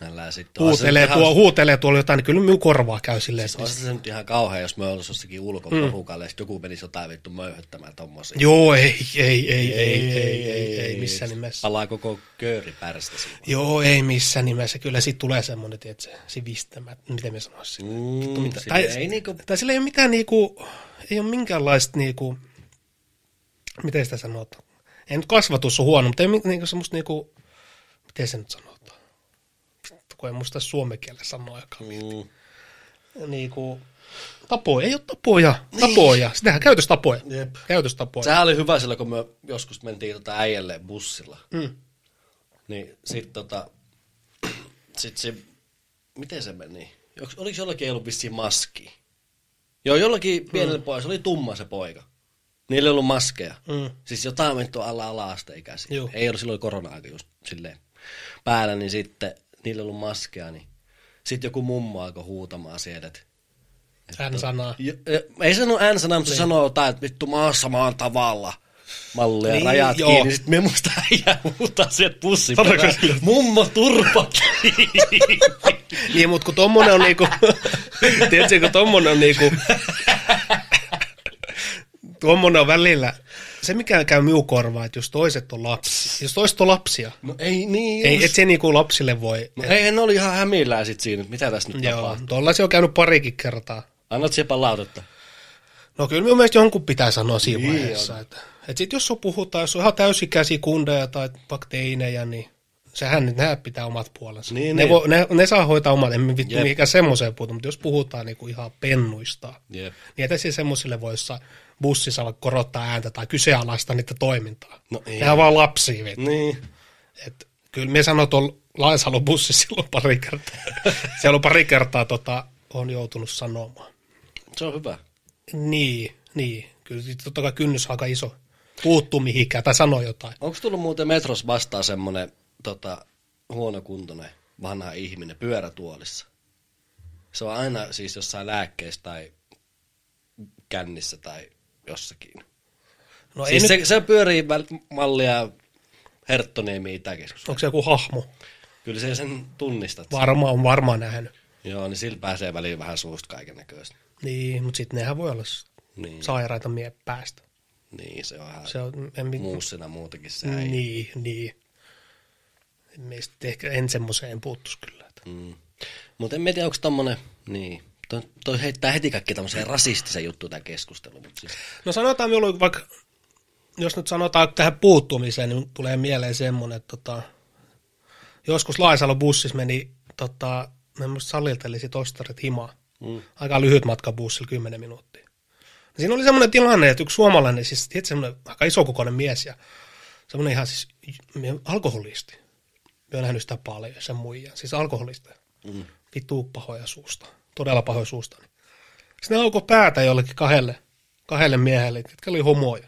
B: Älä sitten.
A: Huutelee, tuo, ihan... huutelee tuolla jotain, niin kyllä minun korvaa käy silleen.
B: Siis olisi se nyt ihan kauhean, jos me olisi jossakin ulkoporukalle, mm. ja joku menisi jotain vittu möyhöttämään tommosia.
A: Joo, ei, ei, ei, ei, ei, ei, ei, ei missään nimessä.
B: Palaa koko kööri pärstä siinä.
A: Joo, ei missään nimessä. Kyllä siitä tulee semmoinen, että se sivistämät, miten me sanoisin.
B: Mm,
A: tai,
B: ei niinku...
A: tai sillä ei ole mitään niinku, ei ole minkäänlaista niinku, miten sitä sanotaan. Ei nyt kasvatus on huono, mutta ei niinku semmoista niinku, miten se nyt sanotaan. Kun ei muista suomen kielellä sanoakaan. Mm. Niinku, tapoja, ei ole tapoja, tapoja. Niin. Sitähän käytöstapoja.
B: Jep.
A: Käytöstapoja.
B: Sehän oli hyvä silloin, kun me joskus mentiin tota äijälle bussilla.
A: Mm.
B: Niin sit tota, sit se, miten se meni? Oliko jollakin ei ollut vissiin maski? Joo, jollakin pienellä mm. pojalla, se oli tumma se poika. Niillä ei ollut maskeja. Mm. Siis jotain mennyt alla ala-asteikäisiä. Juh. Ei ollut silloin korona-aika just silleen päällä, niin sitten niillä ei ollut maskeja, niin sitten joku mummo alkoi huutamaan siellä, että
A: N-sanaa.
B: Ei sano N-sanaa, mutta se sanoo jotain, että vittu maassa maan tavalla mallia, niin, rajat joo. Kiinni. Sitten me muista äijää huutaa sieltä pussin perään. Mummo turpa kiinni.
A: Niin, mutta kun tommonen on niinku, tiedätkö, kun tommonen on niinku, tuommoinen on välillä, se mikä käy minun korvaan, että jos toiset on lapsia, jos toiset on lapsia,
B: no ei niin
A: ei, et se niinku lapsille voi.
B: No ei, ne oli ihan hämillään sit siinä, mitä tässä nyt
A: joo,
B: tapahtuu.
A: Tuollaisia on käynyt parikin kertaa.
B: Annat siihen palautetta?
A: No kyllä minun mielestä jonkun pitää sanoa siinä niin vaiheessa, että, että sit jos on puhutaan, jos on ihan täysikäisiä kundeja tai vaikka teinejä, niin sehän nämä pitää omat puolensa.
B: Niin,
A: ne,
B: niin.
A: Vo, ne, ne saa hoitaa omat, en vittu mihinkään semmoiseen puhuta, mutta jos puhutaan niinku ihan pennuista,
B: Jep.
A: niin etä siis semmoisille voi jossain bussissa korottaa ääntä tai kyseenalaista niitä toimintaa.
B: No ei.
A: Nehän vaan lapsia vittu.
B: Niin.
A: Et, kyllä me sanoin tuolla Laisalon bussissa silloin pari kertaa. Siellä on pari kertaa tota, on joutunut sanomaan.
B: Se on hyvä.
A: Niin, niin. Kyllä totta kai kynnys on aika iso. Puuttuu mihinkään tai sanoo jotain.
B: Onko tullut muuten metros vastaan semmoinen tota, huonokuntoinen vanha ihminen pyörätuolissa? Se on aina siis jossain lääkkeessä tai kännissä tai jossakin.
A: No
B: siis
A: ei
B: se,
A: nyt...
B: se pyörii mallia Herttoniemi Itäkeskus.
A: Onko se joku hahmo?
B: Kyllä se sen tunnistat.
A: Varmaan on varmaan nähnyt.
B: Joo, niin sillä pääsee väliin vähän suusta kaiken näköistä.
A: Niin, mutta sitten nehän voi olla niin. Sairaita mie päästä.
B: Niin, se on ihan
A: se on, en,
B: muussina muutakin se
A: ei. Niin, niin. Meistä ehkä en semmoiseen puuttuisi kyllä.
B: Mm. Mutta en tiedä, onko tommonen, niin, toi, toi heittää heti kaikki tämmöiseen rasistisen juttuun tämä keskustelu. Siis.
A: No sanotaan minulle vaikka, jos nyt sanotaan tähän puuttumiseen, niin tulee mieleen semmoinen, että tota, joskus Laisalon bussissa meni, tota, me muista saliltelisi tostarit himaa. Mm. Aika lyhyt matka bussilla, kymmenen minuuttia. Ja siinä oli semmoinen tilanne, että yksi suomalainen, siis tietysti semmoinen aika isokokoinen mies ja semmoinen ihan siis alkoholisti. Me olen nähnyt sitä paljon, sen muijan, siis alkoholista. Mm. Vittu pahoja suusta, todella pahoja suusta. Sitten ne alkoi päätä jollekin kahdelle, kahdelle miehelle, jotka oli homoja.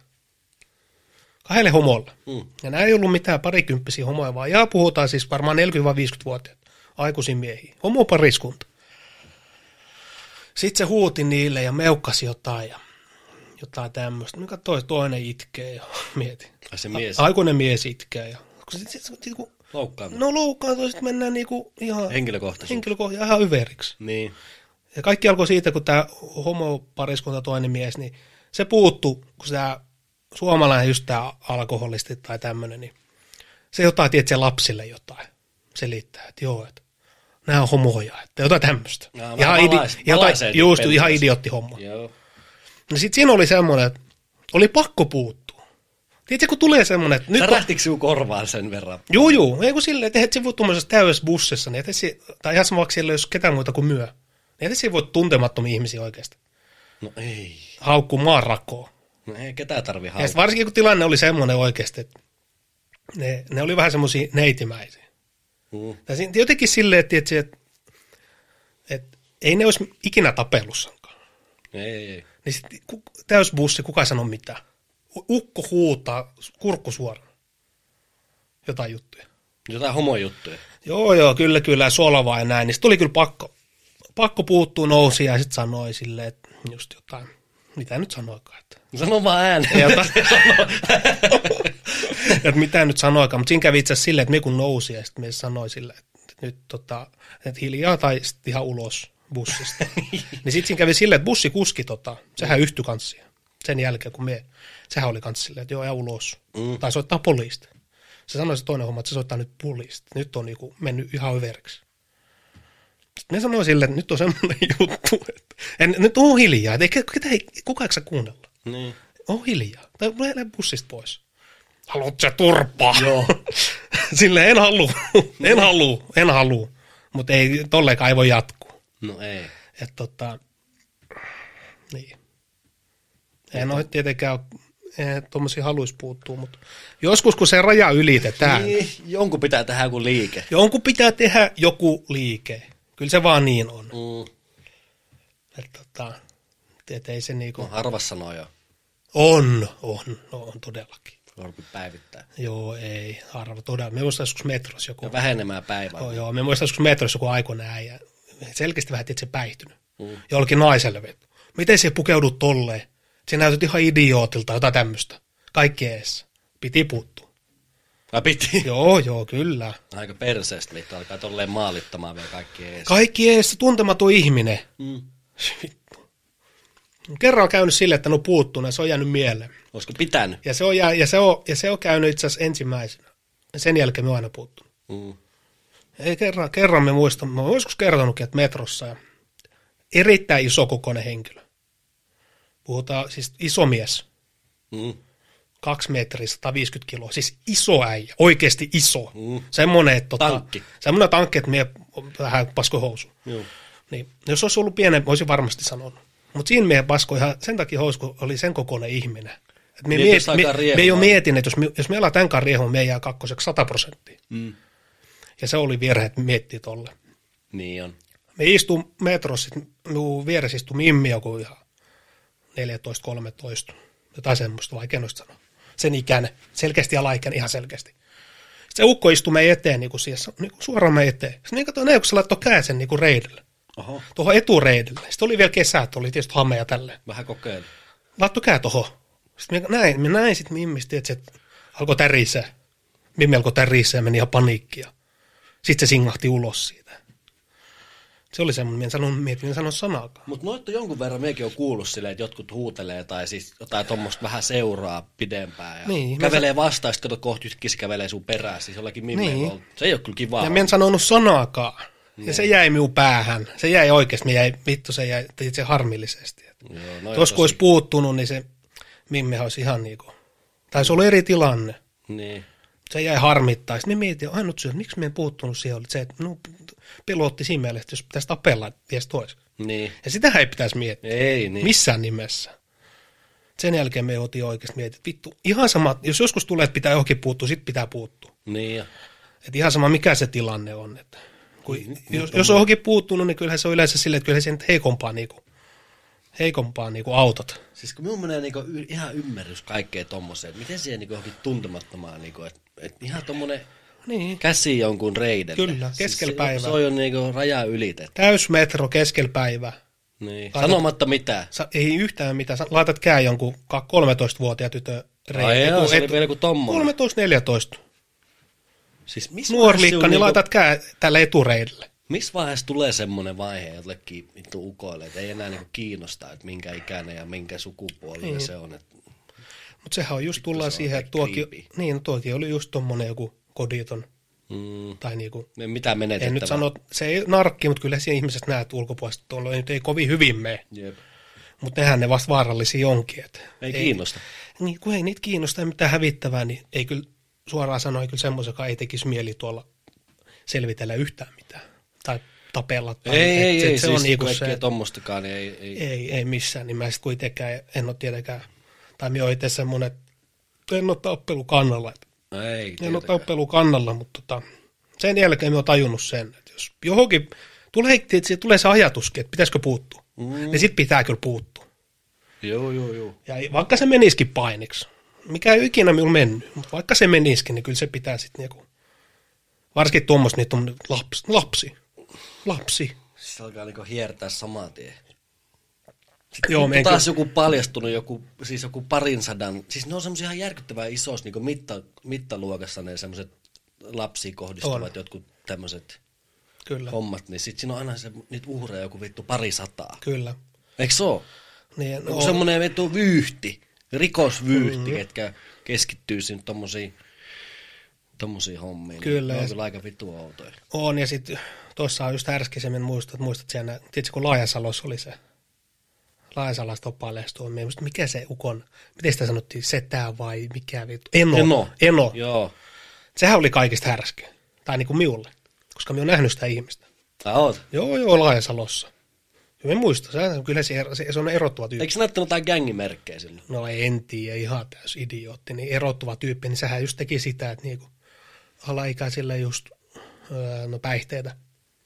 A: Kahdelle homolle. Mm. Ja nämä ei ollut mitään parikymppisiä homoja, vaan ja puhutaan siis varmaan neljäkymmentä-viisikymmentävuotiaat aikuisia miehiä. Homopariskunta. Sitten se huuti niille ja meukkasi jotain ja jotain tämmöistä. Mä katsoin, toinen itkee ja mietin.
B: Ai se mies?
A: A- aikuinen mies itkee. Ja, sit, sit, sit, kun,
B: loukkaantua?
A: No loukkaantua, sitten mennään niinku ihan
B: henkilökohtaisesti.
A: Henkilökohtaisesti, ihan yveriksi.
B: Niin.
A: Ja kaikki alkoi siitä, kun tämä homopariskunta toinen mies, niin se puuttu, kun tämä suomalainen just tämä alkoholisti tai tämmöinen, niin se jotain, tiedät, lapsille jotain selittää, että joo, että nämä on homoja, että jotain tämmöistä.
B: No,
A: ihan idi- jotain, just, ihan idiootti homma.
B: Joo.
A: No sit siinä oli semmoinen, että oli pakko puuttua. Tiedätkö, kun tulee semmoinen, että...
B: Särähtikö sinun korvaan sen verran?
A: Juu, juu. Ei kun silleen, että et se voi tuommoisessa täydessä bussissa, niin et si, tai ihan sama, siellä jos ketään muuta kuin myö. Niin et se voi tuntemattomia ihmisiä oikeasti.
B: No ei.
A: Haukkuu maan rakoon.
B: No ei ketään tarvi haukkua.
A: Ja varsinkin kun tilanne oli semmoinen oikeasti, että ne, ne oli vähän semmoisia neitimäisiä. Mm. Ja siinä, jotenkin silleen, että, että, että, että ei ne olisi ikinä tapellussakaan.
B: Ei, ei, ei.
A: Niin sitten täysbussi, kuka ei sano mitään. Ukko huutaa kurkku suoraan. Jotain juttuja.
B: Jotain homojuttuja.
A: Joo, joo, kyllä, kyllä, solvaa ja näin. Niin sitten tuli kyllä pakko, pakko puuttua, nousi ja sitten sanoi silleen, että just jotain, mitä nyt sanoikaan. Että...
B: Sano vaan ääneen.
A: Jota... että mitä nyt sanoikaan, mutta siinä kävi itse asiassa silleen, että me kun nousi ja sitten me sanoi silleen, että nyt tota, että hiljaa tai sit ihan ulos bussista. Niin sitten siinä kävi silleen, että bussikuski, tota, sehän yhtyi kanssa siihen. Sen jälkeen, kun me, sehän oli kanssa silleen, että joo, ja ulos. Mm. Tai soittaa poliista. Se sanoi se toinen homma, että se soittaa nyt poliista. Nyt on niinku mennyt ihan överiksi. Sitten ne sanoi silleen, että nyt on semmoinen juttu, että en, nyt on hiljaa, että ei, ketä, ei kukaan eikö sä kuunnella. Niin. On hiljaa. Tai lähde bussista pois. Haluatko sä turpaa? Joo. Silleen en halua, en halua, en halua. Mutta ei, tolleenkaan ei voi jatkuu.
B: No ei.
A: Että tota, niin. En ole tietenkään, tuommoisia haluaisi puuttua, mutta joskus kun se raja ylitetään. Niin,
B: jonkun pitää tehdä joku liike.
A: Jonkun pitää tehdä joku liike. Kyllä se vaan niin on. Mm. Että tota, et ei se niinku.
B: No harvassa sanoo jo.
A: On, on, on todellakin.
B: Korpi päivittää.
A: Joo, ei, harva todella. Me muistan joskus metrossa joku.
B: Ja vähenemään päivää.
A: Oh, joo, me muistan joskus metrossa joku aikuinen äijä. Selkeästi vähän, että se päihtynyt. Mm. Jollekin naiselle vettä. Miten se pukeudut tolleen? Se näytät ihan idiootilta, jotain tämmöistä. Kaikki eessä. Piti puuttua.
B: Vai piti?
A: Joo, joo, kyllä.
B: Aika perseestä liitto alkaa tolleen maalittamaan vielä kaikki eessä.
A: Kaikki eessä, tuntematon ihminen. Mm. Kerran on käynyt silleen, että ne on puuttunut ja se on jäänyt mieleen.
B: Olisiko pitänyt?
A: Ja se on, jää, ja se on, ja se on käynyt itse asiassa ensimmäisenä. Ja sen jälkeen me on aina puuttunut. Mm. Ei, kerran, kerran me muistan, mä oon joskus kertonutkin, että metrossa ja erittäin iso kokoinen henkilö. Puhutaan siis iso mies. Mm. Kaksi metriä, sata viisikymmentä kiloa. Siis iso äijä, oikeasti iso. Mm. Semmoinen, että tota,
B: tankki.
A: Semmoinen tankki, että mie vähän pasko housu. Mm. Niin, jos olisi ollut pienempi, olisin varmasti sanonut. Mutta siinä meidän pasko ihan sen takia housu oli sen kokoinen ihminen. Et me, miet, me, me ei ole mietin, että jos me, jos me ollaan tämän kanssa riehumaan, me jää kakkoseksi sata prosenttia. Mm. Ja se oli virhe, että me miettii tolle.
B: Niin on.
A: Me istu metrossa, minun vieressä istui Mimmi joku ihan neljätoista kolmetoista, jotain semmoista, vaikea noista sanoa. Sen ikäinen, selkeästi alaikäinen, ihan selkeästi. Sitten se ukko istui meidän eteen, niin kuin siis, niin kuin suoraan meidän eteen. Sitten niin katsoin, kun se laittoi käden sen niin kuin reidelle. Oho. Tuohon etureidelle. Sitten oli vielä kesät, oli tietysti hameja tälleen.
B: Vähän kokeili.
A: Laittoi käden tuohon. Sitten minä näin, minä näin sitten Mimmistä, että se alkoi tärisee. Mimmi alkoi tärisee ja meni ihan paniikkia. Sitten se singahti ulos siitä. Se oli semmoinen, en sanonut, mietin, en sano sanaakaan.
B: Mutta noita jonkun verran mekin on kuullut silleen, että jotkut huutelee tai siis jotain tuommoista vähän seuraa pidempään. Ja niin, kävelee sa- vastaan, sitten kato kohti yhtäkkiä se kävelee sun perään, siis jollakin mimmeillä niin. Se ei ole kyllä kivaa.
A: Ja mä en sanonut sanaakaan. Niin. Ja se jäi minun päähän. Se jäi oikeasti, jäi, vittu se jäi se harmillisesti. Tuossa kun olisi puuttunut, niin se mimmehän olisi ihan niin kuin, tai se oli eri tilanne. Niin. Se jäi harmittaa. Sitten mietin, ainut syy, miksi minä en puuttunut siihen, oli se, että no, pelotti siinä mielessä, että jos pitäisi tapella, ties tois. Niin. Ja sitähän ei pitäisi miettiä.
B: Ei, niin.
A: Missään nimessä. Sen jälkeen me otin oikeasti mietin, että vittu, ihan sama, jos joskus tulee, että pitää johonkin puuttua, sit pitää puuttua.
B: Niin.
A: Että ihan sama, mikä se tilanne on. Että kun, niin, jos, jos on johonkin puuttunut, niin kyllähän se on yleensä silleen, että kyllähän se heikompaa niinku, heikompaa niinku autot.
B: Siis kun minun menee niinku y- ihan ymmärrys kaikkea tommoseen, että miten siihen niinku johonkin tuntemattomaan, niinku, että et ihan tommonen niin. Käsi jonkun reidelle.
A: Kyllä, keskellä siis päivää.
B: Se on jo niinku raja ylitetty.
A: Täysmetro keskellä päivää.
B: Niin. Laitat, sanomatta mitään.
A: Sa, ei yhtään mitään. Laitat kää jonkun kolmetoistavuotiaan tytön reidelle.
B: Ai joo, se oli vielä joku tommoinen.
A: kolmetoista neljätoista.
B: Siis
A: nuorlikka, niin niinku, laitat kää tälle etureidelle.
B: Missä vaiheessa tulee semmoinen vaihe jollekin vittu ukoille, että ei enää niinku kiinnostaa, että minkä ikäinen ja minkä sukupuolinen niin. Se on.
A: Mutta sehän on just tullaan siihen, että tuokin, niin, tuokin oli just tommonen joku koditon. Mm. Tai niinku,
B: mitä menetettävää?
A: En nyt sano, se ei narkki, mutta kyllä siinä ihmisestä näet ulkopuolesta, että tuolla ei kovin hyvin mene. Mutta nehän ne vasta vaarallisia onkin. Että
B: ei, ei kiinnosta.
A: Niin, kun ei niitä kiinnosta ja mitään hävittävää, niin ei kyllä suoraan sanoa, ei kyllä semmoisenkaan ei tekisi mieli tuolla selvitellä yhtään mitään. Tai tapella. Tai
B: ei, ei, ei, se siis on niinku se, tommostakaan, niin ei,
A: ei. Ei, ei missään, niin mä sitten kuitenkaan en ole tietenkään, tai minä olen itse semmoinen, että en ole tappelu kannalla.
B: Ei,
A: en ole tappelu kannalla, mutta tota, sen jälkeen minä olen tajunnut sen, että jos johonkin, tulee, että tulee se ajatuskin, että pitäisikö puuttua, mm. niin sitten pitää kyllä puuttua.
B: Joo, joo, joo.
A: Ja vaikka se menisikin painiksi, mikä ei ikinä minulla mennyt, mutta vaikka se menisikin, niin kyllä se pitää sitten niinku, varsinkin tuommoista, niitä on lapsi, lapsi, lapsi.
B: Se alkaa niinku hiertää saman tien.
A: Joo,
B: Sitten taas joku paljastunut, joku, siis joku parin sadan, siis ne on semmoisia ihan järkyttävää isossa niin mitta, mittaluokassa ne semmoiset lapsiin kohdistuvat on. Jotkut tämmöiset.
A: Kyllä.
B: hommat, niin sit siinä on aina se, niitä uhreja joku vittu pari sataa.
A: Kyllä.
B: Eikö se oo?
A: Niin,
B: Joku semmonen vittu vyyhti, rikosvyyhti, mm-hmm. ketkä keskittyy sinne tommosiin, tommosiin hommiin.
A: Kyllä.
B: Ne on kyllä aika vittu outoja.
A: On, ja sitten tuossa on just härskisemmin muistat, muistat siellä, tiedätkö, kun Laajasalossa oli se Laajasalasta oppaaleestuomio, minusta mikä se ukon, miten sitä sanottiin, setä vai mikä vittu? Eno.
B: Eno.
A: Eno.
B: Joo.
A: Sehän oli kaikista härskeä, tai niin kuin minulle, koska minä olen nähnyt sitä ihmistä.
B: Sä oot?
A: Joo, joo, Laajasalossa. Ja minä muistan, se, kyllä se, se, se on erottuva tyyppi.
B: Eikö se näyttänyt jotain gängimerkkejä silloin?
A: No en tiedä, ihan täys idiootti, niin erottuva tyyppi, niin sehän just teki sitä, että niinku alaikäisille just öö, no päihteitä.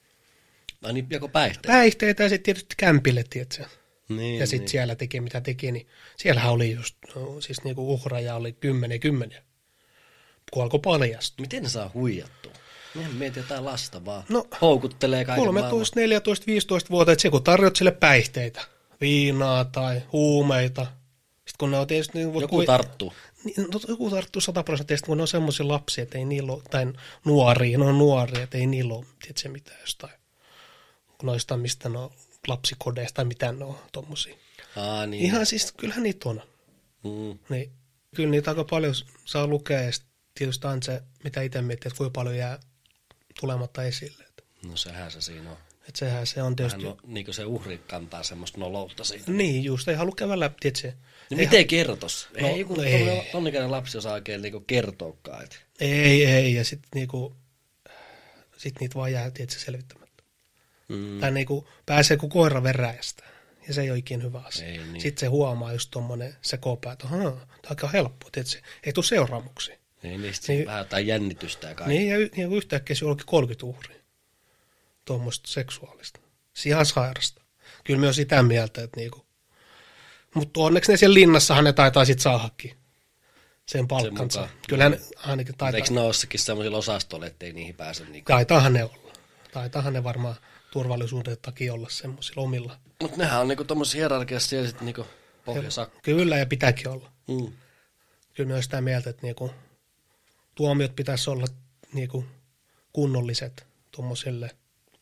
B: Ai niin, joko päihteitä?
A: Päihteitä ja sitten tietysti kämpille, tietsä.
B: Niin,
A: ja sitten
B: niin.
A: siellä teki mitä teki, niin siellähän oli just, no, siis niinku uhraja oli kymmenen kymmeniä, kun alkoi paljastua.
B: Miten ne saa huijattua? Mehän mietin jotain lasta vaan.
A: No, kolmetoista,
B: houkuttelee kaiken maailman.
A: neljätoista, viisitoista vuotta, se kun tarjot sille päihteitä, viinaa tai huumeita. Sitten kun ne on tietysti... Niin
B: joku
A: kui...
B: tarttuu.
A: Niin, no, joku tarttuu sata prosenttia, kun ne on semmoisia lapsia, että ei niillä ole, tai nuoria, ne on nuoria, että ei niillä ole, tiedätkö mitään jostain, kun noista mistä ne on lapsikodeista tai mitä ne on tommosia.
B: Aa, niin.
A: Ihan siis, kyllähän niitä on.
B: Mm.
A: Niin, kyllä niitä aika paljon saa lukea, ja tietysti on se, mitä itse miettii, että kuinka paljon jää tulematta esille.
B: No sehän se siinä on.
A: Että sehän se on tietysti...
B: No, niin kuin se uhri kantaa semmoista noloutta siitä.
A: Niin, just, ei halua käydä läpi, tiedätkö?
B: No miten kertos?
A: No,
B: ei joku
A: no ei.
B: tonnikäinen lapsi osaa oikein niinku kertoakaan. Et.
A: Ei, ei, ja sitten niinku, sit niitä vaan jää, tiedätkö, selvittämättä.
B: Mm.
A: Tai niinku pääsee kuin koira veräjästä, ja se ei ole ikinä hyvä asia.
B: Ei, niin.
A: Sitten se huomaa just tommonen sekopää, että ahaa, tämä on aika helppoa, tiedätkö, ei tule seuraamuksia.
B: Niin, niistä
A: Niin-
B: vähän jotain jännitystä ja kaikkea.
A: Niin, ja, y- ja yhtäkkiä se olikin kolmekymmentä uhria, tuommoista seksuaalista. Se ihan sairasta. Kyllä me on sitä mieltä, että niinku, mutta onneksi ne siellä linnassahan ne taitaa sitten saadakin sen palkkansa.
B: mukaan.
A: Kyllähän ne ainakin taitaa.
B: Eikö ne olekin sellaisilla osastoilla, ettei niihin pääse niinku?
A: Taitaahan ne olla. Taitaahan ne varmaan turvallisuuden takia olla semmoisilla omilla.
B: Mut nehän on niinku tommosessa hierarkiassa siellä sit niinku pohjasakka.
A: Kyllä, ja pitääkin olla.
B: Mm.
A: Kyllä myös sitä mieltä, että niinku, tuomiot pitäisi olla niinku, kunnolliset tuommoiselle.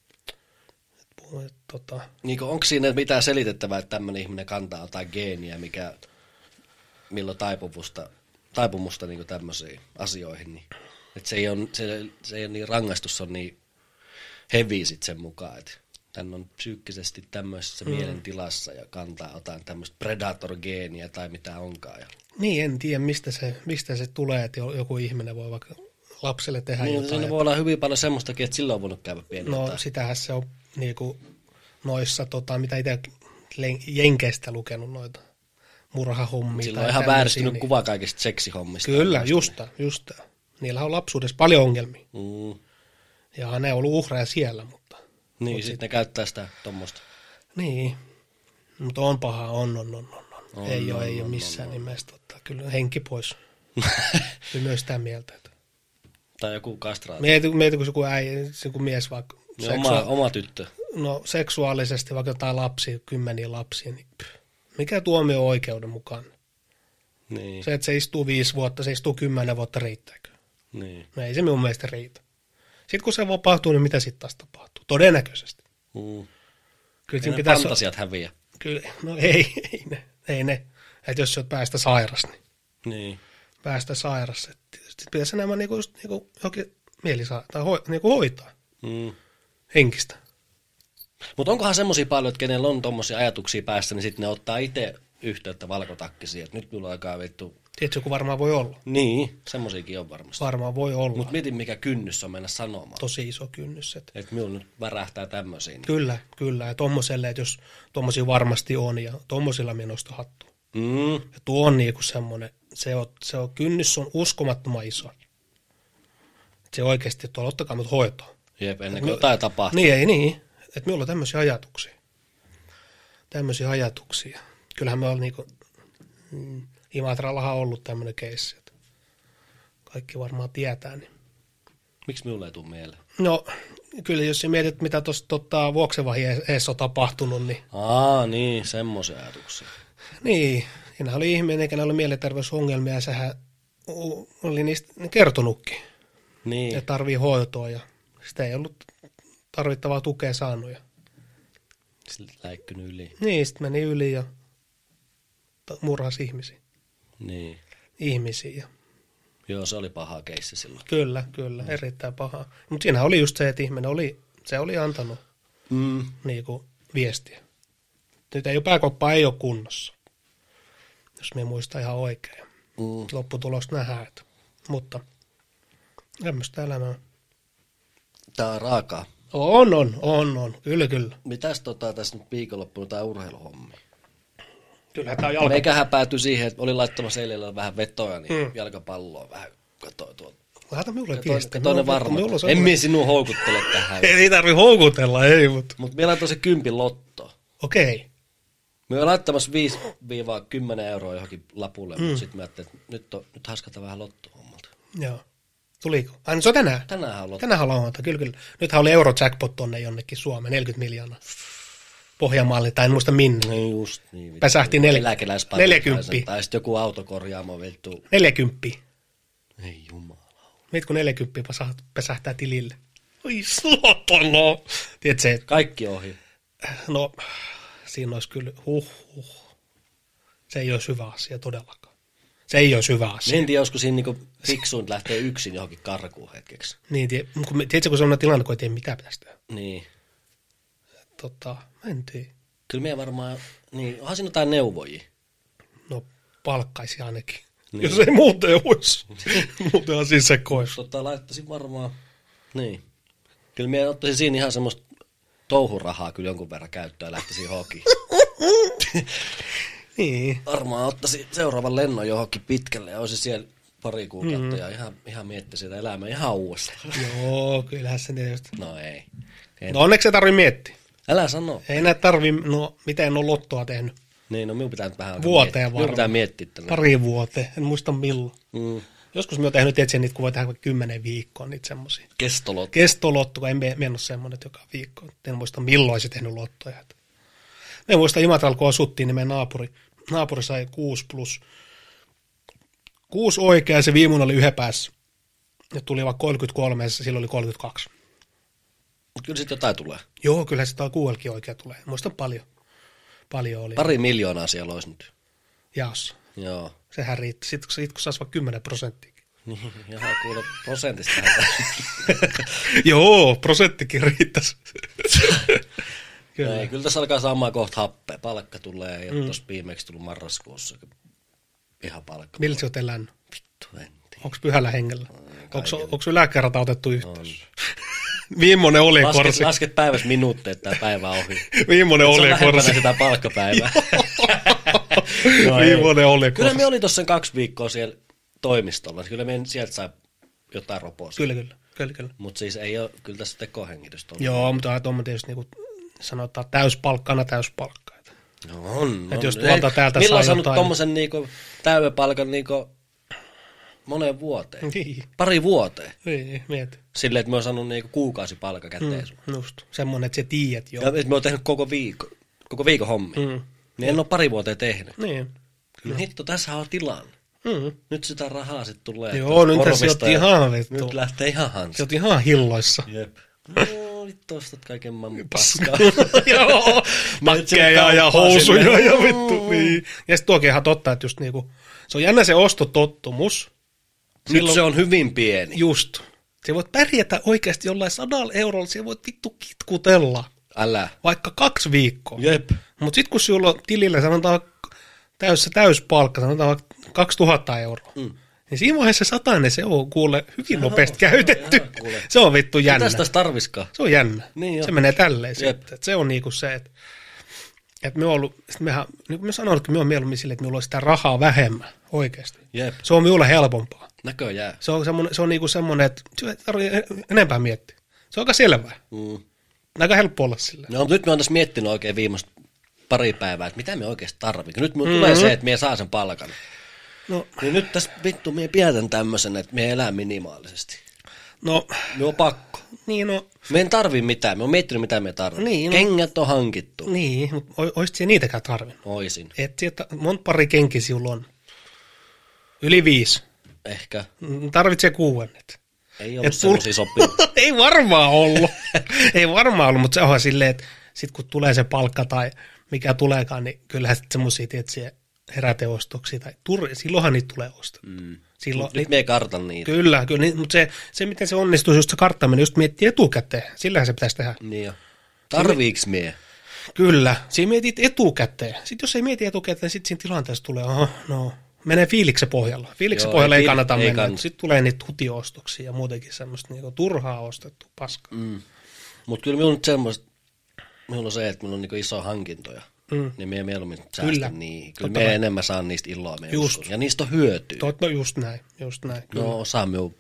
A: Tota,
B: Niinku onko siinä mitään selitettävää, että tämmöinen ihminen kantaa jotain geeniä, mikä, milloin taipumusta, taipumusta niinku tämmöisiin asioihin, niin että se ei ole, se, se ei ole niin, rangaistus on niin heavy sit sen mukaan, että tän on psyykkisesti tämmöisessä mm. mielentilassa ja kantaa jotain tämmöistä predator-geeniä tai mitä onkaan. Ja...
A: niin, en tiedä, mistä se, mistä se tulee, että joku ihminen voi vaikka lapselle tehdä
B: Niin,
A: jotain.
B: siinä voi olla hyvin paljon semmoistakin, että sillä on voinut käydä pieni
A: No
B: jotain.
A: sitähän se on niinku, noissa, tota, mitä itse Jenkeistä lukenut noita murhahommia.
B: Sillä
A: tai
B: on ihan
A: tämmöisiä,
B: vääristynyt
A: niin-
B: kuva kaikista seksihommista.
A: Kyllä,
B: ja
A: justa, justa. Niillä on lapsuudessa paljon ongelmia.
B: Mm.
A: Ja ne on ollut uhreja siellä, mutta...
B: Niin,
A: mut
B: sitten ne käyttää sitä tuommoista.
A: Niin, mutta on paha, on, on, on, on. on.
B: On,
A: ei
B: on,
A: ole, ei
B: on,
A: ole
B: on,
A: missään
B: on,
A: nimessä. Totta. Kyllä henki pois. Kyllä myös sitä mieltä. Että...
B: Tai joku kastraatio.
A: Mieti, mieti, kun joku, äi, joku mies vaikka...
B: Seksua- oma, oma tyttö.
A: No seksuaalisesti vaikka jotain lapsia, kymmeniä lapsia, niin pff, mikä tuomio on oikeudenmukainen?
B: Niin,
A: Se, että se istuu viisi vuotta, se istuu kymmenen vuotta, riittääkö?
B: niin.
A: No ei se minun mielestä riitä. Sitten kun se vapautuu, niin mitä sitten taas tapahtuu? Todennäköisesti.
B: Mm.
A: Kyllä
B: Ei
A: siinä
B: ne
A: pitäisi...
B: fantasiat häviä.
A: Kyllä, no ei, ei ne. Ei ne. Että jos sä oot päästä sairas, niin
B: Niin.
A: päästä sairas. Sitten pitäisi enemmän niinku, just, niinku, johonkin mielisaa, tai hoi, niinku hoitaa
B: Mm.
A: henkistä.
B: Mutta onkohan semmoisia paljon, että kenellä on tommosia ajatuksia päässä, niin sitten ne ottaa itse yhteyttä valkotakkisiin, että nyt minulla alkaa vittu.
A: Tiedätkö, joku varmaan voi olla.
B: Niin, semmosiakin on varmasti.
A: Varmaan voi olla.
B: Mutta mietin, mikä kynnys on mennä sanomaan.
A: Tosi iso kynnys. Että.
B: Että minulla nyt värähtää tämmöisiin.
A: Kyllä, kyllä. Ja tommoselle, että jos tommosia varmasti on, ja tommosilla minusta hattu.
B: Mm.
A: Ja tuo on niinku semmoinen, se on, se on, kynnys on uskomattoman iso. Et se oikeasti, että tuolla ottakaa mut hoitoon.
B: Jep, ennen kuin jotain tapahtuu.
A: Niin, ei niin. Että minulla on tämmöisiä ajatuksia. Tämmöisiä ajatuksia. Kyllähän me ollaan niinku, mm, Imatrallahan on ollut tämmöinen keissi, että kaikki varmaan tietää. Niin.
B: Miksi minulle ei tule mieleen?
A: No, kyllä jos sä mietit, mitä tuossa tota, Vuoksevahiessa on tapahtunut, niin
B: Aa, niin, semmoisia ajatuksia.
A: niin, siinä oli ihminen, eikä oli mielenterveysongelmia, ja sehän u- oli niistä kertonutkin,
B: Niin,
A: että tarvii hoitoa, ja sitä ei ollut tarvittavaa tukea saanut. Ja...
B: Sitten läikkynyt yli.
A: Niin, sitten meni yli ja murhasi ihmisiä.
B: Niin.
A: Ihmisiä. Ja...
B: Joo, se oli paha keissi silloin.
A: Kyllä, kyllä, mm. erittäin paha. Mutta siinä oli just se, että ihminen oli, se oli antanut
B: Mm.
A: niinku, viestiä. Nyt ei ole pääkoppaa, ei ole kunnossa, jos me muistaa ihan oikein.
B: Mm.
A: Lopputulos nähdään, että. Mutta tämmöistä elämää.
B: Tää on raakaa.
A: On, on, on, on. Kyllä, kyllä.
B: Mitäs tota tässä nyt viikonloppuna tää urheiluhommi?
A: Kyllä tämä on jalka.
B: Meikähän päätyi siihen, että oli laittamassa eilen vähän vetoja, niin
A: Mm.
B: jalkapalloa vähän katsoin tuolta.
A: Laita minulle
B: Katoin,
A: viestiä.
B: katoin ne
A: Minulla-
B: varmat.
A: minulla on
B: En
A: semmoinen-
B: mie sinua houkuttele tähän.
A: Ei, ei tarvi houkutella, ei, mutta
B: Mutta meillä on tosi kympin lotto.
A: okei.
B: Me ollaan laittamassa viisi kymmenen euroa johonkin lapulle, mm.
A: Mm.
B: mutta sitten mä ajattelin, että nyt, on, nyt haskataan vähän lottohommalta.
A: Joo. Tuliko? Ai, no se on tänään.
B: Tänään on lotto.
A: Tänään on lauantai, kyllä, kyllä. Nythän oli Eurojackpot tonne jonnekin Suomeen, neljäkymmentä miljoonaa. Pohjanmaalle, tai en muista minne.
B: Niin just niin. vittu.
A: Päsähti nel-
B: Eläkeläispaikka
A: neljäkymppiä.
B: tai- Tai sitten joku autokorjaamo vittu.
A: neljäkymppiä.
B: Ei jumala.
A: Mit kun neljäkymppiä pasa- pesähtää tilille. Oi saatana. Tiedätkö se, että
B: Kaikki ohi.
A: no, siinä olisi kyllä, huh, huh. Se ei olisi hyvä asia todellakaan. Se ei olisi hyvä asia.
B: En tiedä, olisiko siinä niinku fiksuin lähtee yksin johonkin karkuun hetkeksi.
A: Niin, tie, kun, tiedätkö, kun se on tilanne, kun ei tiedä mitä pitäisi tehdä.
B: Niin.
A: Tota, mä en tiedä.
B: Kyllä minä varmaan, niin onhan siinä jotain neuvojia.
A: No, palkkaisi ainakin.
B: Niin.
A: Jos ei muuten olisi. Muutenhan siinä sekoisi.
B: Tota, laittaisin varmaan, niin. Kyllä minä ottaisin siinä ihan semmoista touhurahaa kyllä jonkun verran käyttöön ja lähtisin hokiin.
A: Niin.
B: Varmaan ottaisin seuraavan lennon johonkin pitkälle ja olisin siellä pari kuukautta mm. ja ihan, ihan miettisin sitä elämää ihan uudestaan.
A: Joo, kyllähän se tietysti.
B: No ei. En.
A: No onneksi ei tarvitse miettiä.
B: Älä sano.
A: Ei näitä tarvii, no miten en ole lottoa tehnyt.
B: Niin, no minun pitää nyt vähän
A: Vuoteen
B: miettiä. Minun
A: varmaan.
B: pitää miettiä tänne.
A: Pari vuoteen, en muista milloin.
B: Mm.
A: Joskus me oon tehnyt etsin niitä, kun voi tehdä vaikka kymmenen viikkoa niitä semmosia.
B: Kestolot.
A: Kestolotto, kun en me, me en ole semmoinen, että joka viikko. En muista milloin se tehnyt lottoja. Me en muista Imatralla, kun asuttiin, niin meidän naapuri, naapuri sai kuusi plus. Kuusi oikea ja se viimeinen oli yhden päässä. Ja tuli vaikka kolmekymmentäkolme ja silloin oli kolmekymmentäkaksi.
B: Mutta kyllä sitten jotain tulee.
A: Joo, kyllä sitä on kuuellekin oikea tulee. Muistan paljon. Paljon oli.
B: Pari miljoonaa siellä olisi nyt.
A: Jaossa.
B: Joo.
A: Sehän riitti. Sitten sit, kun saisi vaikka kymmenen prosenttia.
B: Niin, jaha, kuule prosentista.
A: Joo, prosenttikin riittäisi.
B: Kyllä. Ei, kyllä tässä alkaa saamaan kohta happea. Palkka tulee ja mm. tuossa viimeksi tullut marraskuussa ihan palkka.
A: Millä sä oot elänyt?
B: Vittu, en tiedä.
A: Onko pyhällä hengellä?
B: kaikilla.
A: Onko lääkärata otettu yhteys? Viimeinen oli
B: Lasket,
A: korsi.
B: lasket päivässä minuutteja, että tämä päivä on ohi.
A: Viimeinen
B: Se
A: oli
B: on lähempänä
A: korsi.
B: sitä palkkapäivää. No ei.
A: Viimeinen oli
B: Kyllä
A: korsi.
B: me oli tuossa kaksi viikkoa siellä toimistolla. Kyllä me sieltä sai jotain ropoa.
A: Kyllä, kyllä. kyllä, kyllä.
B: Mutta siis ei ole, kyllä tässä tekohengitystä on.
A: Joo, mutta tuommoinen tietysti niin sanotaan täyspalkkana täyspalkka.
B: No on.
A: Et
B: on.
A: jos tuolta
B: Ei,
A: täältä
B: milloin
A: saa
B: on saanut
A: jotain-
B: tommosen niinku täyden niinku moneen vuoteen?
A: Niin,
B: Pari vuoteen.
A: niin, mieti.
B: Silleen, että me on saanut niinku kuukausipalkka käteen. Mm.
A: Mm, just, semmoinen, että sä tiedät jo.
B: Ja että me on tehnyt koko viikon, koko viikon hommi. Mm.
A: Mm,
B: Niin en ole pari vuoteen tehnyt.
A: niin.
B: No hitto, tässä on tilanne.
A: Mm.
B: Nyt sitä rahaa sitten tulee.
A: Joo,
B: tuosta
A: nyt
B: korvista
A: se otti
B: ja
A: ihan vittu.
B: Nyt lähtee ihan
A: Sä
B: hanska.
A: oot ihan hilloissa.
B: Jep. No, vittu ostat kaiken maailman paskaa.
A: Joo, makkeja ja housuja ja vittu. Niin. Ja sitten tuokin ihan totta, että just niinku, se on jännä se ostotottumus.
B: Nyt se on hyvin pieni.
A: Just. Sä voit pärjätä oikeasti jollain sadalla eurolla, sä voit vittu kitkutella.
B: Älä.
A: Vaikka kaksi viikkoa.
B: Jep.
A: Mutta sitten kun sulla on tilillä sanotaan täyssä täyspalkka, sanotaan vaikka kaksituhatta euroa, mm. niin siinä vaiheessa satainen se on kuule hyvin nopeasti käytetty.
B: joo, kuule.
A: Se on vittu jännä.
B: Mitäs tässä tarviskaan?
A: Se on jännä.
B: Niin
A: se
B: jo.
A: menee tälleen
B: Jep.
A: sitten. Et se on niinku se, että et me on ollut, sit mehän, niin kuin mä sanoin, että me on mieluummin sille, että minulla on sitä rahaa vähemmän oikeasti.
B: Jep.
A: Se on minulle helpompaa.
B: Näköjään.
A: Se on, semmoinen, se on niinku semmoinen, että ei tarvitse enempää miettiä. Se on aika selvää.
B: Mm.
A: Aika helppo olla silleen.
B: No, mutta nyt me on tässä miettinyt oikein viimeistä pari päivää, että mitä me oikeasti tarvitsemme. Nyt mulle
A: Mm-hmm.
B: tulee se, että me saa sen palkan.
A: No,
B: Niin nyt tässä vittu me pidetään tämmöisen, että me elää minimaalisesti.
A: no,
B: Me on pakko.
A: niin no,
B: Me en tarvi mitään. Me on miettinyt, mitä me tarvitsemme.
A: Niin, no.
B: Kengät on hankittu.
A: niin, mutta oisit siellä niitäkään tarvinnut.
B: Oisin.
A: Et sieltä, monta pari kenkiä sinulla on? Yli viisi.
B: Ehkä.
A: Mm, Tarvitsee kuuennet.
B: Ei ollut semmoisia sopimuksia.
A: Ei varmaan ollut. Ei varmaan ollut, mutta se onhan silleen, että sit kun tulee se palkka tai mikä tuleekaan, niin kyllähän sitten semmoisia tietysti heräteostoksia tai tur- silloinhan niitä tulee ostaa. Mm.
B: Silloin, nyt me kartan niitä.
A: Kyllä, kyllä niin, mutta se, se, miten se onnistuu, just se karttaminen, just miettii etukäteen. Sillähän se pitäisi tehdä.
B: Niin jo. Tarviiks mie?
A: Kyllä, siinä mietit etukäteen. Sitten jos ei mieti etukäteen, niin sitten siinä tilanteessa tulee, aha, no, menee fiiliksen pohjalla. Fiiliksen pohjalla ei, ei kannata ei mennä. Kann... Sitten tulee niitä hutiostoksia ja muutenkin semmoista niinku turhaa ostettu paskaa. Mm.
B: Mutta kyllä minulla on nyt semmoista, minulla on se, että minulla on niinku iso hankintoja. Mm. Niin minä mieluummin säästän niihin. Kyllä minä enemmän saan niistä iloa meidän ja niistä on hyötyä.
A: Totta, just näin, just näin. Kyllä.
B: No osaa minun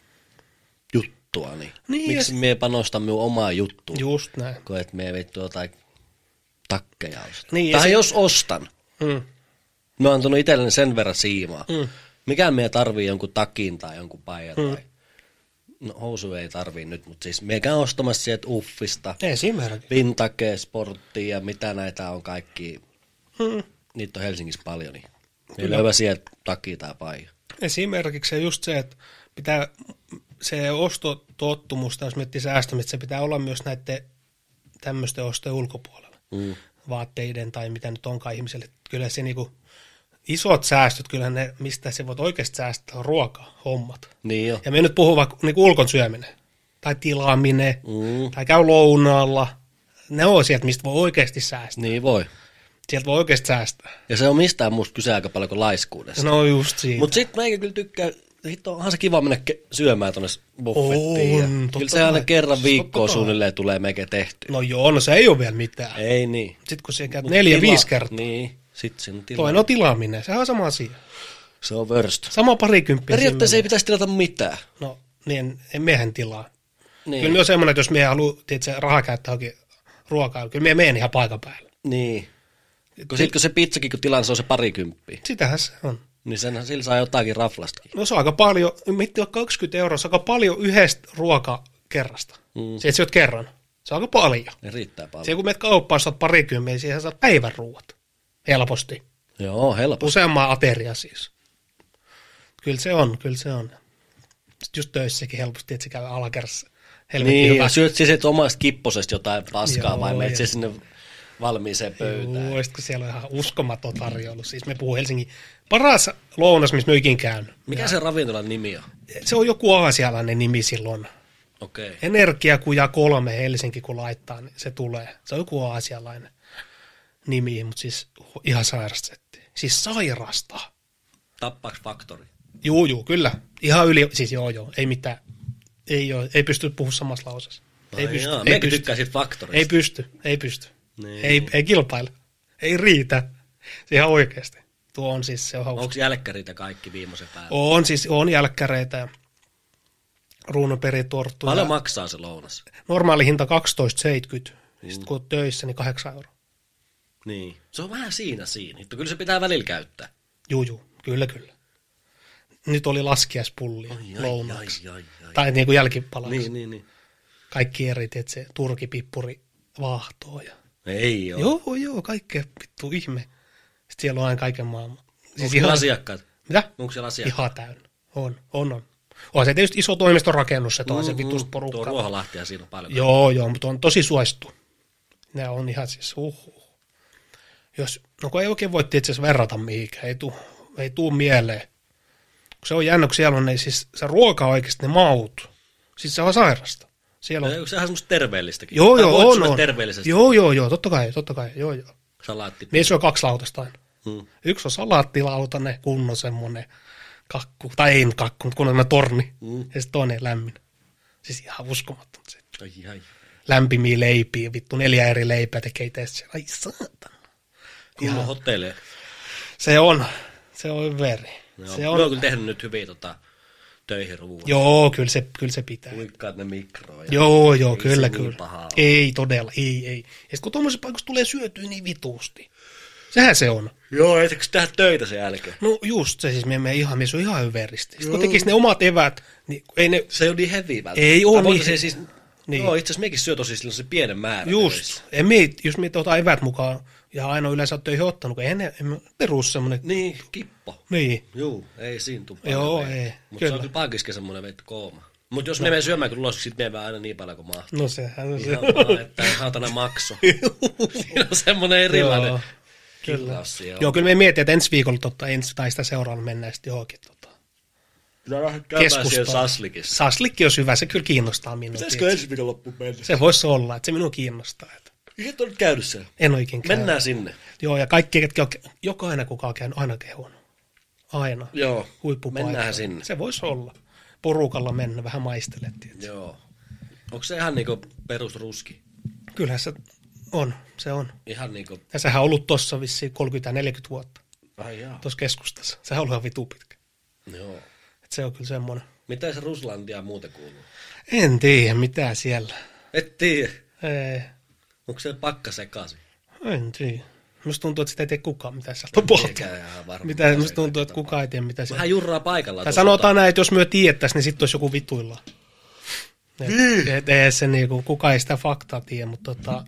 B: juttua, niin, niin miksi minä panostan minun omaa juttua?
A: Just näin.
B: Kun et minä vittu jotain takkeja ostaa.
A: Niin,
B: tai
A: se...
B: jos ostan, mm. minä olen antanut itselleni sen verran siimaa. Mm. Mikään minä tarvii jonkun takin tai jonkun paijan mm. tai... No housu ei tarvii nyt, mutta siis miekään ostamassa sieltä Uffista.
A: Esimerkiksi.
B: Vintage, Sporttia ja mitä näitä on kaikki. Hmm. Niitä on Helsingissä paljon, niin meillä on hyvä sieltä takia tai paija.
A: Esimerkiksi se just se, että pitää se ostotottumus, jos miettii säästämistä, se pitää olla myös näiden tämmöisten ostojen ulkopuolella. Hmm. Vaatteiden tai mitä nyt onkaan ihmiselle. Kyllä se niinku... Isot säästöt, kyllähän ne, mistä se voit oikeasti säästää, on ruokahommat.
B: Niin jo.
A: Ja me nyt puhuu vaikka niin ulkon syöminen, tai tilaaminen, mm. tai käy lounaalla. Ne on sieltä, mistä voi oikeasti säästää.
B: Niin voi.
A: Sieltä voi oikeasti säästää.
B: Ja se on mistään musta kyse aika paljon kuin laiskuudesta.
A: No just siitä.
B: Mutta sitten mä kyllä tykkään, hitto, onhan se kiva mennä ke- syömään tuonne buffettiin.
A: On,
B: kyllä se aina kerran viikkoon suunnilleen tulee meikä tehty.
A: No joo, no se ei ole vielä mitään.
B: Ei niin.
A: Sitten kun se käy neljä, tila- viisi kertaa.
B: Niin. Sitten siinä on tilaaminen.
A: Toinen on tilaaminen, sehän on sama asia.
B: Se on vörstö.
A: Sama parikymppiä.
B: Periaatteessa ei pitäisi tilata mitään.
A: No, niin en mehän tilaa.
B: Niin.
A: Kyllä me on semmoinen, että jos me haluaa, tiedätkö, rahaa käyttää oikein ruokaa, kyllä me menen ihan paikan päälle.
B: Niin. Kun sitten kun se pizzakin, kun tilaan, se on se parikymppiä.
A: Sitähän se on.
B: Niin senhän sillä saa jotakin raflastakin.
A: No se on aika paljon, mitti on kaksikymmentä euroa, se on aika paljon yhdestä ruokakerrasta. Mm. Se, että syöt kerran. Se on aika paljon.
B: Ne riittää paljon.
A: Se kun menet kauppaan, saat parikymppiä, niin siihen saat päivän ruuat. Helposti.
B: Joo, helposti.
A: Useamman ateria siis. Kyllä se on, kyllä se on. Sitten just töissäkin helposti, että se käy alakerrassa.
B: Niin, hyvä. Ja syöt siis omasta kipposesta jotain paskaa, joo, vai menet se sinne valmiiseen pöytään?
A: Joo, kun siellä on ihan uskomaton tarjoulu. Siis me puhuu Helsingin paras lounas, missä me ikin käynyt.
B: Mikä ja se ravintolan nimi on?
A: Se on joku aasialainen nimi silloin.
B: Okei. Okay.
A: Energiakuja kolme Helsinki, kun laittaa, niin se tulee. Se on joku aasialainen nimi, mutta siis ihan sairasta. Siis sairasta.
B: Tappaks Factory.
A: Juu, juu, kyllä. Ihan yli, siis joo, joo, ei mitään. Ei, joo, ei pysty puhumaan samassa lausessa. Ei
B: Ai
A: pysty.
B: Jaa,
A: ei
B: pysty. Tykkää siitä Factorista.
A: Ei pysty, ei pysty.
B: Niin.
A: Ei, ei kilpaile. Ei riitä. Se ihan oikeasti. Tuo on siis, se on hauska.
B: Onko jälkkäreitä kaikki viimeisen päälle?
A: On siis, on jälkkäreitä ja ruunoperitorttuja.
B: Paljon maksaa se lounas?
A: Normaali hinta kaksitoista seitsemänkymmentä. Mm. Sitten kun on töissä, niin kahdeksan euroa.
B: Niin. Se on vähän siinä siinä. Kyllä se pitää välillä käyttää.
A: Juu, juu. Kyllä, kyllä. Nyt oli laskiaispullia lounaksi. Tai niin kuin jälkipalaksi.
B: Niin, niin, niin.
A: Kaikki eri, että se turkipippuri vaahtoo. Ja...
B: Ei oo.
A: Joo, joo, kaikkea vittu ihme. Sitten siellä on aina kaiken maailman.
B: Siis onko ihan... asiakkaat?
A: Mitä?
B: Onko siellä asiakkaat?
A: Ihan täynnä. On, on, on. On se tietysti iso toimistorakennus, se tuo mm-hmm. se vitusta porukkaa.
B: Tuo Ruoholahtia siinä on paljon.
A: Joo, joo, mutta on tosi suosittu. Ne on ihan siis, uhuh. Jos, no kun ei oikein voi itse asiassa verrata mihinkään, ei tuu, ei tuu mieleen. Kun se on jännä, kun siellä on, niin siis se ruoka on oikeasti ne maut. Siis se on sairasta. Siellä on...
B: Onko se ihan semmoista terveellistäkin?
A: Joo, joo, on, on.
B: Terveellisesti?
A: Joo, joo, joo, totta kai, totta kai, joo, joo.
B: Salaatti.
A: Mies on kaksi lautasta aina.
B: Hmm.
A: Yksi on salaattilautanen, kunnon semmoinen kakku, tai ei kakku, mutta kunnon torni. Hmm. Ja sitten toinen lämmin. Siis ihan uskomaton se.
B: Ai, ai.
A: Lämpimiä leipiä, vittu neljä eri leipää tekee itse. Ai saatana.
B: Kunnon hotelleja.
A: Se on, se on veri.
B: Joo,
A: se on...
B: Me on kyllä tehnyt nyt hyviä tota, töihin ruuan.
A: Joo, kyllä se, kyllä se pitää.
B: Kuikkaat ne mikroon.
A: Joo, joo, kyllä, kyllä.
B: Niin
A: ei todella, ei, ei. Ja sitten kun tuommoisessa paikassa tulee syötyä niin vituusti. Sehän se on.
B: Joo, eikö tehdä töitä sen jälkeen?
A: No just se, siis me emme ihan, me on ihan hyveristi. Sitten kun tekisi ne omat evät, niin ei ne...
B: Se ei ole niin heavy välttämättä.
A: Ei ole niin.
B: Se siis, niin. Joo, itse asiassa mekin syö tosi silloin se pienen määrän.
A: Just. En me, jos me otetaan evät mukaan, ja aina yleensä ole töihin ottanut, kun ei ne perus semmoinen...
B: Niin, kippo.
A: Niin.
B: Joo, ei siinä tule
A: Joo, ei.
B: Mutta se on kyllä pankiskin semmoinen vettä kooma. Mutta jos no. me menee syömään kyllä ulos, sitten me aina niin paljon kuin mahtuu.
A: No sehän on se.
B: Ihan vaan, että saatana makso. Siinä on semmoinen erilainen
A: Joo,
B: killaus siellä.
A: Joo, kyllä me mietin, että ensi viikolla tota, ensi, tai sitä seuraavalla mennään sitten johonkin tota,
B: keskustaan. Saslikissa.
A: Saslikki olisi hyvä, se kyllä kiinnostaa minua.
B: Pitäisikö ensi viikon loppuun mennä?
A: Se voisi olla, että se minua kiinnostaa. Että...
B: Et ole nyt käynyt siellä.
A: En ole ikinä käynyt.
B: Mennään sinne.
A: Joo, ja kaikki, ketkä on, jokainen kuka on käynyt, aina kehunut. Aina.
B: Joo,
A: huippupaikka.
B: mennään sinne.
A: Se voisi olla. Porukalla mennä, vähän maistelet.
B: Joo. Onko se ihan niinku perusruski?
A: Kyllähän se on, se on.
B: Ihan niinku...
A: Ja sehän on ollut tossa vissiin kolmekymmentä neljäkymmentä vuotta.
B: Ai jaa.
A: Tuossa keskustassa. Sehän on ollut ihan vitu pitkä.
B: Joo.
A: Et se on kyllä semmoinen.
B: Mitä se Ruslantia muuten kuuluu?
A: En tiedä, mitä siellä.
B: Et tiedä.
A: Ei.
B: Onko se pakka sekaisin?
A: En tiedä. Musta tuntuu, että sitä ei tee kukaan, mitä sieltä on puhuttu. Mitä, musta tuntuu, että kukaan ei tiedä, mitä siellä...
B: Vähän jurraa paikalla.
A: Tai sanotaan näin, että jos myö tiettäisiin, niin sitten olisi joku vituillaan. Et, et, ei se niinku, kukaan ei sitä faktaa tiedä, mutta tota...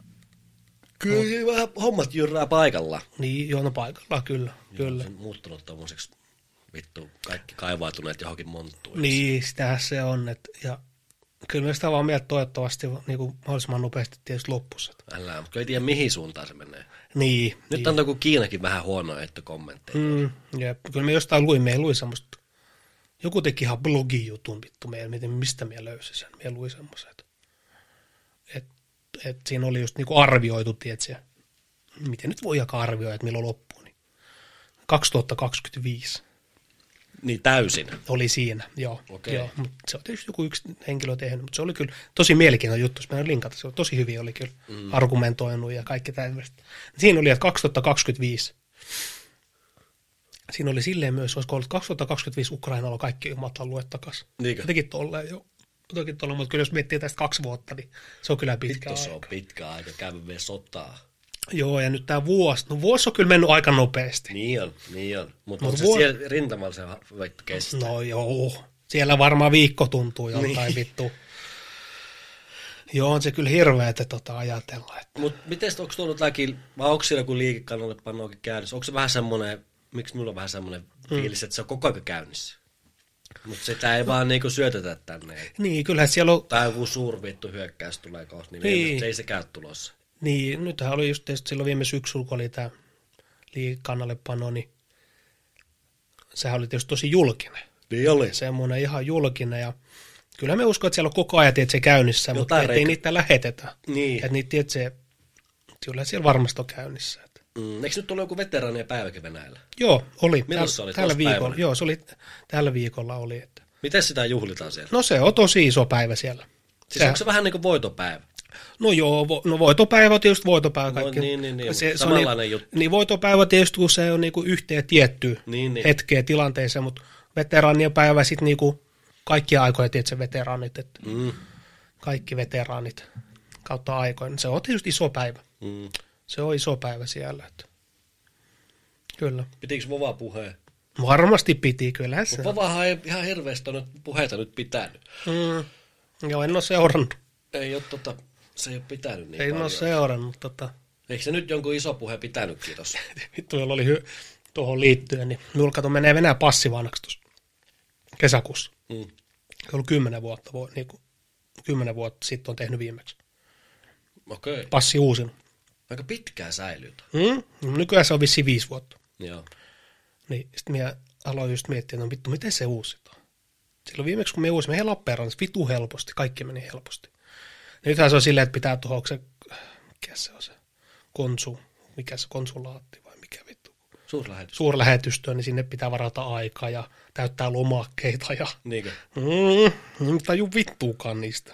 B: Kyllä vähän hommat jurraa paikalla.
A: Niin, joo, no paikalla, kyllä.
B: Joo,
A: kyllä.
B: se on muuttunut tommoseksi vittu kaikki kaivautuneet johonkin monttuun.
A: Niin, sitähän se on. Et, ja kyllä me sitä vaan mieltä toivottavasti niin kuin mahdollisimman nopeasti tietysti loppussa.
B: Älä, mutta ei tiedä mihin suuntaan se menee.
A: Niin.
B: Nyt
A: niin.
B: on joku Kiinakin vähän huonoa kommentteja.
A: Mm, jep. Kyllä me jostain luin, me luin semmoista, joku teki ihan blogijutun vittu meillä, miten, mistä me löysin sen. Me luin semmoisen, että et, et siinä oli just niinku arvioitu, tietsä, miten nyt voi jakaa arvioida, että milloin loppuu, niin kaksituhattakaksikymmentäviisi.
B: Niin täysin?
A: Oli siinä, joo.
B: Okay.
A: joo mutta se on tietysti joku yksi henkilö tehnyt, mutta se oli kyllä tosi mielenkiintoinen juttu, jos meidän linkata, se oli tosi hyvin, oli kyllä mm. argumentoinut ja kaikki tämmöistä. Siinä oli, että kaksituhattakaksikymmentäviisi. Siinä oli silleen myös, olisiko ollut kaksituhattakaksikymmentäviisi Ukrainalla kaikki omat alueet takaisin.
B: Niinkö?
A: Jotenkin tolleen, joo. Jotenkin tolleen, mutta kyllä jos miettii tästä kaksi vuotta, niin se on kyllä pitkä
B: Vittu,
A: aika.
B: se on pitkä aika, käymme vielä sotaa.
A: Joo, ja nyt tämä vuosi, no vuosi on kyllä mennyt aika nopeasti.
B: Niin on, niin on. Mutta
A: Mut
B: Mut
A: vuos...
B: se siellä rintamalla se vittu kestää?
A: No joo, siellä varmaan viikko tuntuu joltain niin. vittu. Joo, on se kyllä hirveä, että tota ajatella. Että...
B: Mutta miten onko tuolla jotakin, vai onko siellä joku liikekannalle pannoakin käynnissä? Onko se vähän semmoinen, miksi minulla on vähän semmoinen fiilis, mm. että se on koko ajan käynnissä? Mutta sitä ei vaan niinku syötetä tänne.
A: Niin, kyllähän siellä on...
B: Tai joku suurvittu hyökkäys tulee kohta, niin,
A: niin.
B: se ei se käy tulossa.
A: Niin, nythän oli just silloin viime syksyllä, kun oli tämä liikekannallepano, niin sehän oli tietysti tosi julkinen.
B: Niin oli.
A: Semmoinen ihan julkinen, ja kyllä me uskon, että siellä on koko ajan, että se käynnissä, jotain mutta ettei niitä lähetetä.
B: Niin.
A: Että niitä, että se, kyllä siellä varmasti on käynnissä. Että.
B: Mm, eikö nyt ollut joku veteraanien päiväkin Venäjällä?
A: Joo, oli.
B: Milloin se oli?
A: Tällä viikolla. Joo, se oli, tällä viikolla oli. Että.
B: Miten sitä juhlitaan siellä?
A: No se on tosi iso päivä siellä.
B: Siis Sehän... onko se vähän niin kuin voitopäivä?
A: No joo, vo, no voitopäivä on tietysti voitopäivä. Kaikki.
B: No, niin, niin, niin.
A: Se,
B: samanlainen
A: se on,
B: juttu.
A: Niin voitopäivä tietysti, kun se on niinku yhteen tiettyyn
B: niin, niin.
A: hetkeen tilanteeseen, mutta veteraanien päivä sitten niinku kaikkia aikoja, tietysti veteraanit, että
B: mm.
A: kaikki veteraanit kautta aikoina. Se on tietysti iso päivä.
B: Mm.
A: Se on iso päivä siellä. Että. Kyllä.
B: Pitikö Vova puheen?
A: Varmasti piti, kyllä se.
B: Vovahan ei ihan hirveästi ole puheita nyt pitänyt.
A: Mm. Joo, en ole seurannut.
B: Ei ole tota, se ei ole pitänyt niin
A: ei
B: paljon.
A: En ole seurannut. Tota.
B: Eikö se nyt jonkun iso puhe pitänytkin tuossa?
A: Vittu, jolla oli hy- tuohon liittyen, niin minulla kato menee Venäjä passi vanhaksi tuossa kesäkuussa.
B: Mm.
A: Se on ollut kymmenen vuotta, voi, niin kuin, kymmenen vuotta sitten on tehnyt viimeksi.
B: Okei. Okay.
A: Passi uusin.
B: Aika pitkään säilyy.
A: Mm? Nykyään se on vissiin viisi vuotta.
B: Joo.
A: Niin sitten minä aloin just miettiä, että no vittu, miten se uusitaan? Silloin viimeksi, kun me uusimme Lappeenrannassa vitu helposti, kaikki meni helposti. Ja nythän se on silleen, että pitää tuohon, se, mikä se on se, konsu, mikä se konsulaatti vai mikä vittu?
B: Suurlähetystö.
A: Suurlähetystö, niin sinne pitää varata aikaa ja täyttää lomakkeita ja...
B: Niinkö?
A: Mm, en taju vittuukaan niistä.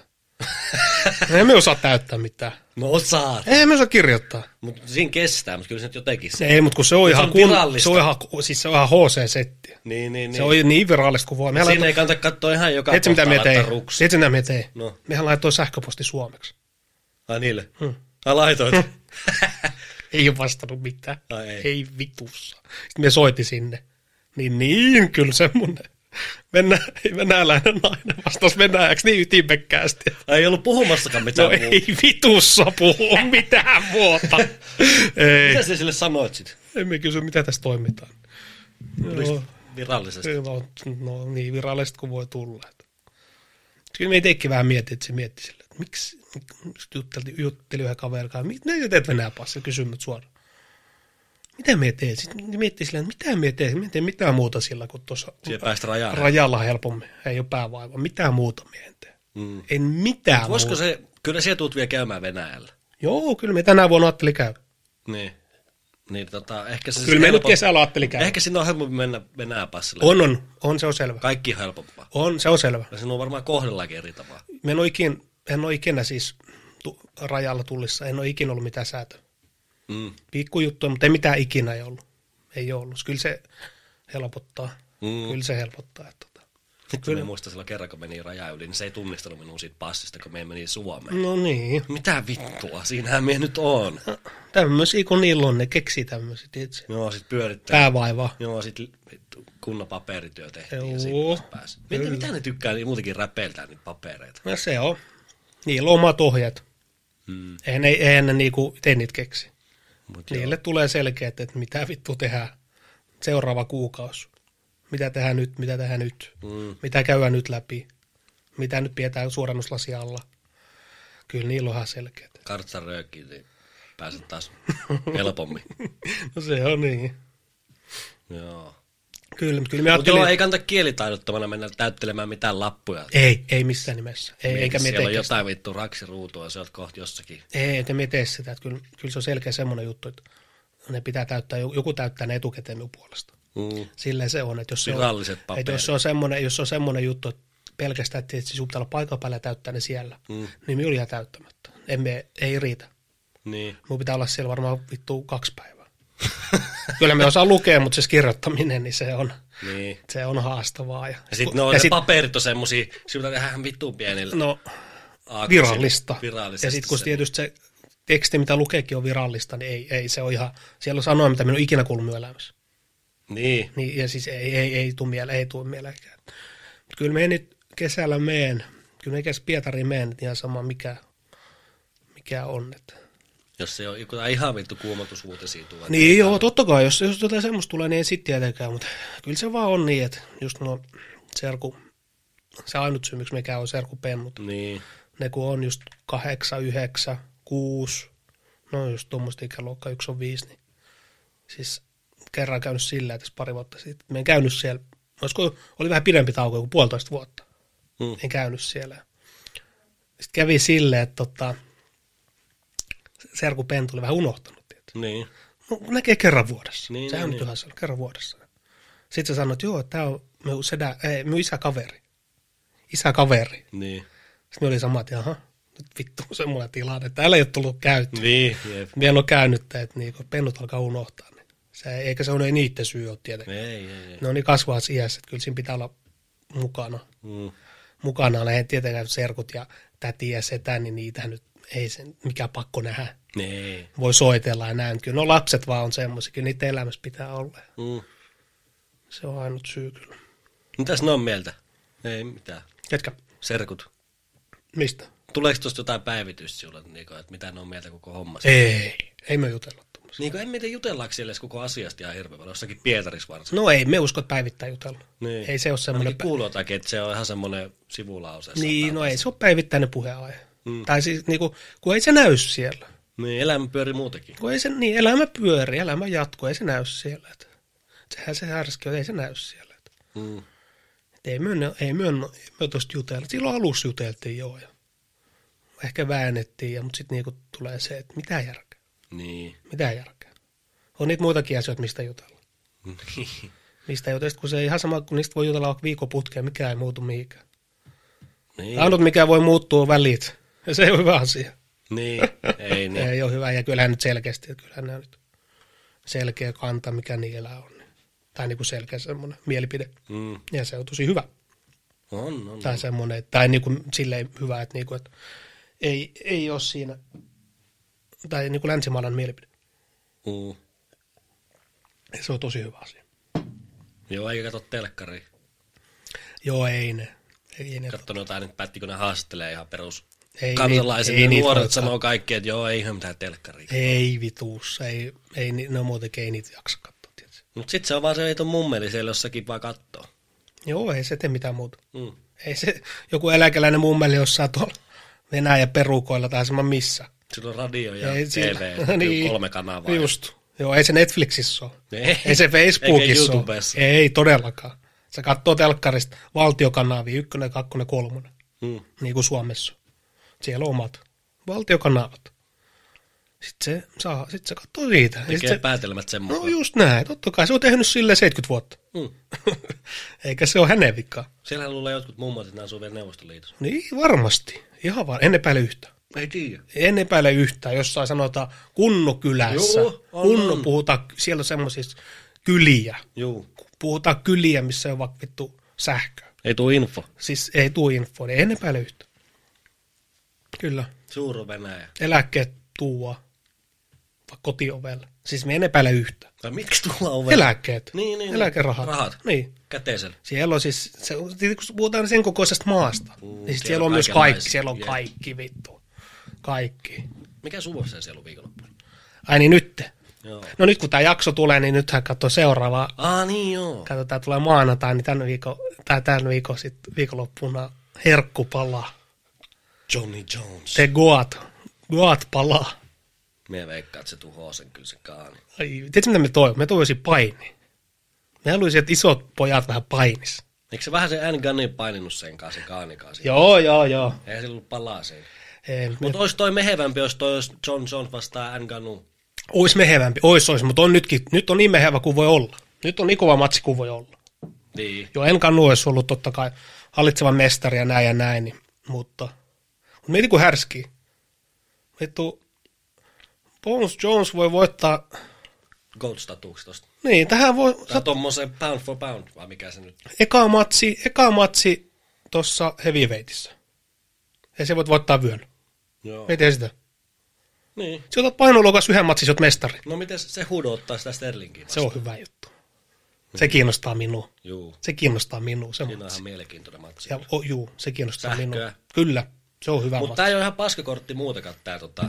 A: Ei me osaa täyttää mitään.
B: No osaat.
A: Ei me osaa kirjoittaa.
B: Mutta siinä kestää, mutta kyllä se nyt jotenkin... Se...
A: Ei, mutta kun se on,
B: se
A: ihan,
B: on
A: kun, se on ihan, siis se on ihan H C-settiä.
B: Niin, niin,
A: se
B: niin.
A: on niin virallista kuin voi.
B: Siinä laitu... ei kannata katsoa ihan joka
A: Tiedätkö, mitä me tein?
B: ruksi.
A: Tiedätkö, mitä me tein?
B: No.
A: Mehän laitoin sähköposti suomeksi.
B: Ai niille?
A: Hmm.
B: Ai laitoit?
A: Hmm. Ei ole vastannut mitään.
B: Ai ei.
A: Ei vitussa. Sitten me soitti sinne. Niin niin, kyllä semmoinen. Venä, venäläinen nainen vastasi venäjäksi niin ytimekkäästi.
B: Ei ollut puhumassakaan mitään
A: no
B: muuta.
A: ei vitussa puhu mitään muuta. Ei.
B: Mitä sä sille sanoit sit?
A: Emme kysy, mitä tässä toimitaan.
B: No, virallisesti?
A: No, no niin virallisesti kuin voi tulla. Kyllä me itsekin vähän mietin, että se mietti sille, että miksi juttelin, juttelin yhden kaverin, mitä sä teet Venäjän passilla, kysymät suoraan. Mitä me teet? Sitten miettii silleen, että mitä me teet? Me teet mitään muuta sillä, kun tuossa rajalla helpommin. Ei ole päävaiva. Mitään muuta me en tee. Mm. En mitään
B: voisiko
A: muuta.
B: Se, kyllä siellä tuut vielä käymään Venäjällä.
A: Joo, kyllä me tänä vuonna ajattelin käydä.
B: Niin. Niin, tota, ehkä se
A: kyllä me helppo... nyt kesällä ajattelin käydä.
B: Ehkä siinä on helpompi mennä Venäjän passilla.
A: On, on. On, se on selvä.
B: Kaikki on helpompaa.
A: On, se on selvä.
B: Ja sinun on varmaan kohdellakin eri tapaa.
A: En ole ikinä, en ole ikinä siis tu, rajalla tullissa, en ole ikinä ollut mitään säätöä. Mm. Pikkujuttuja, mutta ei mitään ikinä ei ollut. Ei ollut. Kyllä se helpottaa. Mm. Kyllä se helpottaa. Että tota.
B: Kyllä me muistan silloin kerran, kun meni raja yli, niin se ei tunnistanut minun siitä passista, kun me meni Suomeen.
A: No niin.
B: Mitä vittua? Siinähän me nyt on.
A: Tämmöisiä, kun niillä on, ne keksii tämmöisiä, tietysti.
B: Joo, sit pyörittää.
A: Päävaivaa.
B: Joo, sit kunnon paperityö tehtiin.
A: Joo.
B: Ja sitten pääsi. Mitä, mitä ne tykkää niin muutenkin räpeiltää niitä papereita?
A: No se on. Niillä on omat ohjeet. Hmm. Eihän, eihän ne niinku itse niitä keksi. Mut niille joo. Tulee selkeät, että mitä vittu tehdään seuraava kuukausi. Mitä tehdään nyt, mitä tehdään nyt. Mm. Mitä käydään nyt läpi. Mitä nyt pidetään suorannuslasia alla. Kyllä niillä on ihan selkeät.
B: Kartsan röökkiin, niin pääset taas helpommin.
A: No se on niin.
B: Joo.
A: Kyllä, kyllä me
B: Mutta joo, ei kannata kielitaidottomana mennä täyttelemään mitään lappuja.
A: Ei, ei missään nimessä. Ei, eikä me
B: siellä on jotain vittu raksiruutua, se oot kohta jossakin.
A: Ei, eikä me tee sitä. Kyllä, kyllä se on selkeä semmoinen juttu, että ne pitää täyttää, joku täyttää ne etukäteen minun puolesta. Mm. Silleen se on, että jos se on, että jos se on semmoinen, jos se on semmoinen juttu, että pelkästään, että sinun pitää olla paikan päällä ja täyttää ne siellä, mm. niin minun jää täyttämättä. Emme, ei riitä. Niin. Minun pitää olla siellä varmaan vittu kaksi päivää. Kyllä me osaa lukea, mutta se kirjoittaminen, niin se on, niin. Se on haastavaa. Ja,
B: ja sitten no, ne sit, paperit on semmosia, sinulta tehdään vittuun pienillä.
A: No, virallista. Ja sitten kun tietysti se teksti, mitä lukeekin on virallista, niin ei, ei se ole ihan, siellä on sanoa, mitä minun on ikinä kuullut minun elämässä.
B: Niin.
A: niin. Ja siis ei, ei, ei tule mieleen, ei tule mieleenkään. Kyllä me nyt kesällä meen, kyllä me kesällä Pietariin meen, ihan sama mikä, mikä on, että
B: jos se on joku ihan vittu kuumotusvuotisia tuo.
A: Niin joo, totta kai, jos, jos jotain semmoista tulee, niin ei sitten tietenkään, mutta kyllä se vaan on niin, että just nuo serku, se ainut syy, miksi mikä on serkupennut.
B: Niin.
A: Ne kun on just kahdeksan, yhdeksän, kuusi, no just tuommoista ikäluokkaa, yksi on viisi, niin siis kerran käynyt sillä, että pari vuotta sitten. Mä en käynyt siellä, olisiko, oli vähän pidempi tauko, kuin puolitoista vuotta. Hmm. En käynyt siellä. Sitten kävi silleen, että tota, serkupentu oli vähän unohtanut.
B: Niin.
A: No, näkee kerran vuodessa.
B: Niin,
A: Sehän
B: niin,
A: on niin. kerran vuodessa. Sitten se sanoi, että joo, tämä on minun, sedä, ei, minun isäkaveri. Isäkaveri.
B: Niin.
A: Sitten oli sama, että jaha, nyt vittu semmoinen tilanne. Täällä ei ole tullut käyttöön.
B: Niin, jep.
A: Meillä on käynyt, että niin, pennut alkaa unohtaa. Niin. Se, eikä se ole niiden syy ole tietenkin.
B: Ei, ei, ei.
A: Ne on niin kasvavassa iässä, että kyllä siinä pitää olla mukana. Mm. Mukana ei tietenkään serkut ja täti ja setä, niin niitähän nyt ei sen, mikä pakko nähdä.
B: Ei.
A: Voi soitella ja näin. Kyllä no lapset vaan on semmoisia, kyllä niitä elämässä pitää olla. Mm. Se on ainut syy kyllä.
B: Mitäs ne on mieltä? Ei mitään.
A: Ketkä?
B: Serkut.
A: Mistä?
B: Tuleeko tuosta jotain päivitystä sinulle, että mitä ne on mieltä koko hommassa?
A: Ei, ei me jutella tuommoista.
B: Niin kuin en miten jutellaanko siellä koko asiasta ihan hirveän paljon, jossakin Pietarissa varsin.
A: No ei, me usko, että päivittää jutella. Niin. Ei se ole semmoinen.
B: Ainakin kuuluu jotakin, että se on ihan semmoinen sivulause.
A: Niin, no ei se ole päivittäinen puheenaihe. Mm. Tai siis, niin kuin, kun ei se näy siellä.
B: Niin, elämä pyörii muutenkin.
A: Kun ei se, niin, elämä pyörii, elämä jatkuu, ei se näy siellä. Että, sehän se härski on, ei se näy siellä. Että, mm. että ei myönne, ei myönne, me tuosta jutella. Silloin alussa juteltiin joo. Ja ehkä väännettiin, ja, mutta sitten niin tulee se, että mitä järkeä.
B: Niin.
A: Mitä järkeä. On niitä muitakin asioita, mistä jutella. Mistä jutella, kun se ei ihan sama, kun niistä voi jutella vaikka viikon putkeen, mikä ei muutu mihinkään. Niin. Ainut, mikä voi muuttua, on välit. Ja se ei ole hyvä asia.
B: Niin, ei niin.
A: Ei ole hyvä, ja kyllähän nyt selkeästi, että kyllähän nämä nyt selkeä kanta, mikä niillä on. Tai niin kuin selkeä semmoinen mielipide. Mm. Ja se on tosi hyvä.
B: On, on.
A: Tai semmoinen, tai niin kuin silleen hyvä, että, niin kuin, että ei, ei ole siinä, tai niin kuin länsimaalainen mielipide. Mm. Ja se on tosi hyvä asia.
B: Joo, eikä katso telkkaria.
A: Joo, ei ne. Ei ne
B: kattonut jotain, että päättikö ne haastattelee ihan perus
A: ei,
B: kansalaisen.
A: Ei, ei
B: nuoret sanoo kaikki, että joo, ei ihan mitään telkkaria.
A: Ei vituussa, ei, ei, ne on muutenkin, ei niitä jaksa katsoa tietysti.
B: Mutta sitten se on vaan se, että on mummeli siellä jossakin vaan kattoo.
A: Joo, ei se tee mitään muuta. Mm. Ei se joku eläkeläinen mummeli jossain tuolla Venäjän perukoilla tai semmoinen missä.
B: Sillä on radio ja
A: Ei
B: T
A: sillä-
B: V,
A: niin.
B: kolme kanavaa.
A: Just. Joo, ei se Netflixissä ole.
B: Ei.
A: Ei se Facebookissa
B: Eikä
A: ole.
B: YouTubessa.
A: Ei todellakaan. Se katsoo telkkarista valtiokanavia, ykkönen, kakkonen, kolmonen.
B: Hmm.
A: Niin kuin Suomessa. Siellä on omat valtiokanavat. Sitten se saa, sitten se katsoo siitä. Ja sit
B: Tekee
A: se,
B: päätelmät sen
A: no
B: mukaan.
A: just näin, totta kai se on tehnyt silleen seitsemänkymmentä vuotta.
B: Hmm.
A: Eikä se ole hänen vikaa.
B: Siellähän luulee jotkut mummot, että nämä asuu vielä Neuvostoliitossa.
A: Niin varmasti. Ihan vaan, en epäile yhtään.
B: Ei tiedä.
A: En epäile yhtään, jossain sanotaan Kunnokylässä.
B: Joo, on,
A: Kunno
B: on.
A: puhutaan, siellä on semmoisissa kyliä.
B: Juu.
A: Puhutaan kyliä, missä on vaikka vittu sähköä.
B: Ei tuu info.
A: Siis ei tuu infoa, niin en epäile yhtään. Kyllä.
B: Suuru Venäjä.
A: Eläkkeet tuua vaikka kotiovelle. Siis me en epäile yhtään.
B: Vai miksi tulla ovella?
A: Eläkkeet.
B: Niin, niin,
A: Eläkerahat.
B: Rahat.
A: Niin.
B: Käteisellä.
A: Siellä on siis, se, kun puhutaan sen kokoisesta maasta, mm, niin sit siellä,
B: siellä
A: on
B: on
A: myös kaikki.
B: kaikenlaisia.
A: Siellä on
B: Jep.
A: kaikki vittu. Kaikki.
B: Mikä suvossa siellä on viikonloppuna?
A: Ai niin nyt.
B: Joo.
A: No nyt kun tämä jakso tulee, niin nythän katsoo seuraavaa.
B: Aa, niin joo.
A: Katsotaan, tulee maanantai, niin tämän viikon, tai tämän viikon sit viikonloppuna herkku palaa.
B: Johnny Jones.
A: Se goat, goat palaa.
B: Mie veikkaan, että se tuhoaa sen kyllä se kaani.
A: Ai, tiedätkö mitä me toivon? Me toivoisin paini. Me haluaisin, että isot pojat vähän painis.
B: Eikö se vähän se N Gunnin paininut sen kanssa, se kaanikaan siinä?
A: Joo, joo, joo.
B: Eihän sillä ollut palaa siinä.
A: Ei,
B: Mutta olisi toi mehevämpi, jos toi olisi John Jones vastaan N Gunnu.
A: Ois mehevämpi, ois, ois, mutta on nytkin, nyt on niin mehevä kuin voi olla. Nyt on niin kova matsi kuin voi olla.
B: Niin.
A: Joo, Enkannu olisi ollut totta kai hallitseva mestari ja näin ja näin, niin, mutta, mutta mieti kuin härski. Vittu, Bones Jones voi voittaa,
B: Gold-statuuksi tosta.
A: niin, tähän voi,
B: Tai tommosen pound for pound, vai mikä se nyt?
A: eka matsi, eka matsi tuossa heavyweightissä. Ja se voit voittaa vyön.
B: Joo.
A: Miten sitä?
B: Niin.
A: Se otat painoluokas yhden matsin, sä oot mestari.
B: No miten se Hudo ottaa sitä Sterlingiin
A: Se on hyvä juttu. Se kiinnostaa minua.
B: Juu.
A: Se kiinnostaa minua, se
B: Siinä on
A: matsi.
B: ihan mielenkiintoinen matsi.
A: Ja, o, juu, se kiinnostaa
B: Sähköä.
A: minua. Kyllä, se on hyvä
B: Mutta
A: matsi.
B: tää ei ole ihan paskakortti muutakaan tää tota,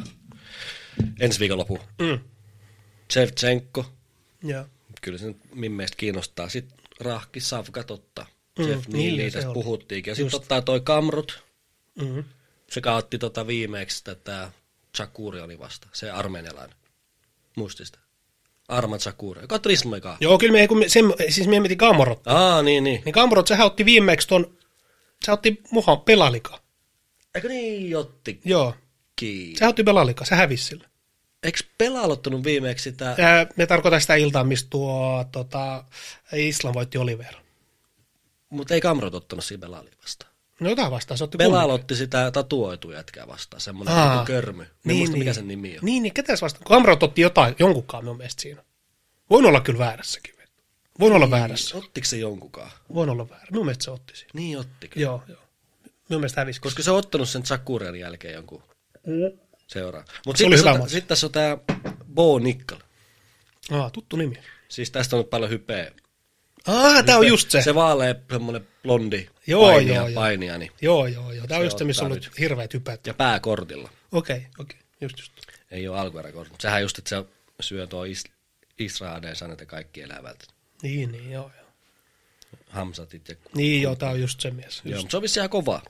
B: ensi viikonloppu.
A: Mm.
B: Shevchenko.
A: Joo.
B: Kyllä se nyt min mielestä kiinnostaa. Sitten Rahki Savkat ottaa.
A: Mm,
B: Jeff
A: niin,
B: Neely,
A: se
B: tästä
A: oli.
B: puhuttiinkin. Ja sitten
A: Just.
B: ottaa toi Kamrut,
A: Mm.
B: sekä otti tota viimeksi tätä Chakurioni vasta, se armenialainen. Muistista. Arman Chakuri, joka on Trismaikaa.
A: Joo, kyllä me, kun me, sen, siis me mietin Gamorot.
B: Aa, niin, niin.
A: Niin Gamorot, sehän otti viimeksi ton, se otti muhan pelalika.
B: Eikö niin otti?
A: Joo, se otti pelalika, se hävisi sillä.
B: Eikö Pela aloittanut viimeksi sitä?
A: Ää, me tarkoitan sitä iltaa, mistä tuo tota, Islam voitti Oliver.
B: Mutta ei Kamrot ottanut siinä Pelali vastaan.
A: No jotain vastaan, se otti
B: Pela
A: kumminkin.
B: aloitti sitä tatuoitu jätkää vastaan, semmoinen
A: Aa.
B: niin körmy. Niin, muista, mikä sen nimi on.
A: Niin, niin ketäs vastaan? Gamorot otti jotain, jonkunkaan minun mielestä siinä. Voin olla kyllä väärässäkin. Voin olla väärässä.
B: Ottiko se jonkunkaan?
A: Voin olla väärä. Minun mielestä se otti siinä.
B: Niin otti kyllä.
A: Joo, joo. Minun mielestä hävisi.
B: Koska se on ottanut sen Chakurian jälkeen jonkun seuraa. Mutta
A: Se oli
B: sitten
A: hyvä
B: sit, sit tässä on tämä Bo Nickel.
A: Aa, tuttu nimi.
B: Siis tästä on nyt paljon hypeä.
A: Aa, tää on just se.
B: Se vaalea semmoinen blondi
A: Joo,
B: painija,
A: joo, joo.
B: painija niin.
A: Joo, joo, joo. Tää on
B: Se
A: just se, missä on
B: ottaa
A: ollut hirveät hypät.
B: Ja pääkortilla.
A: Okei, okay, okei. Okay. Just, just.
B: Ei ole alkuperäkortilla. Sehän just, että se syö tuo is, Israel sanet ja kaikki elävältä.
A: Niin, niin, joo, joo.
B: Hamsatit ja...
A: Niin, joo, tää on just se mies.
B: Joo,
A: Just.
B: mutta se on vissiin ihan kovaa.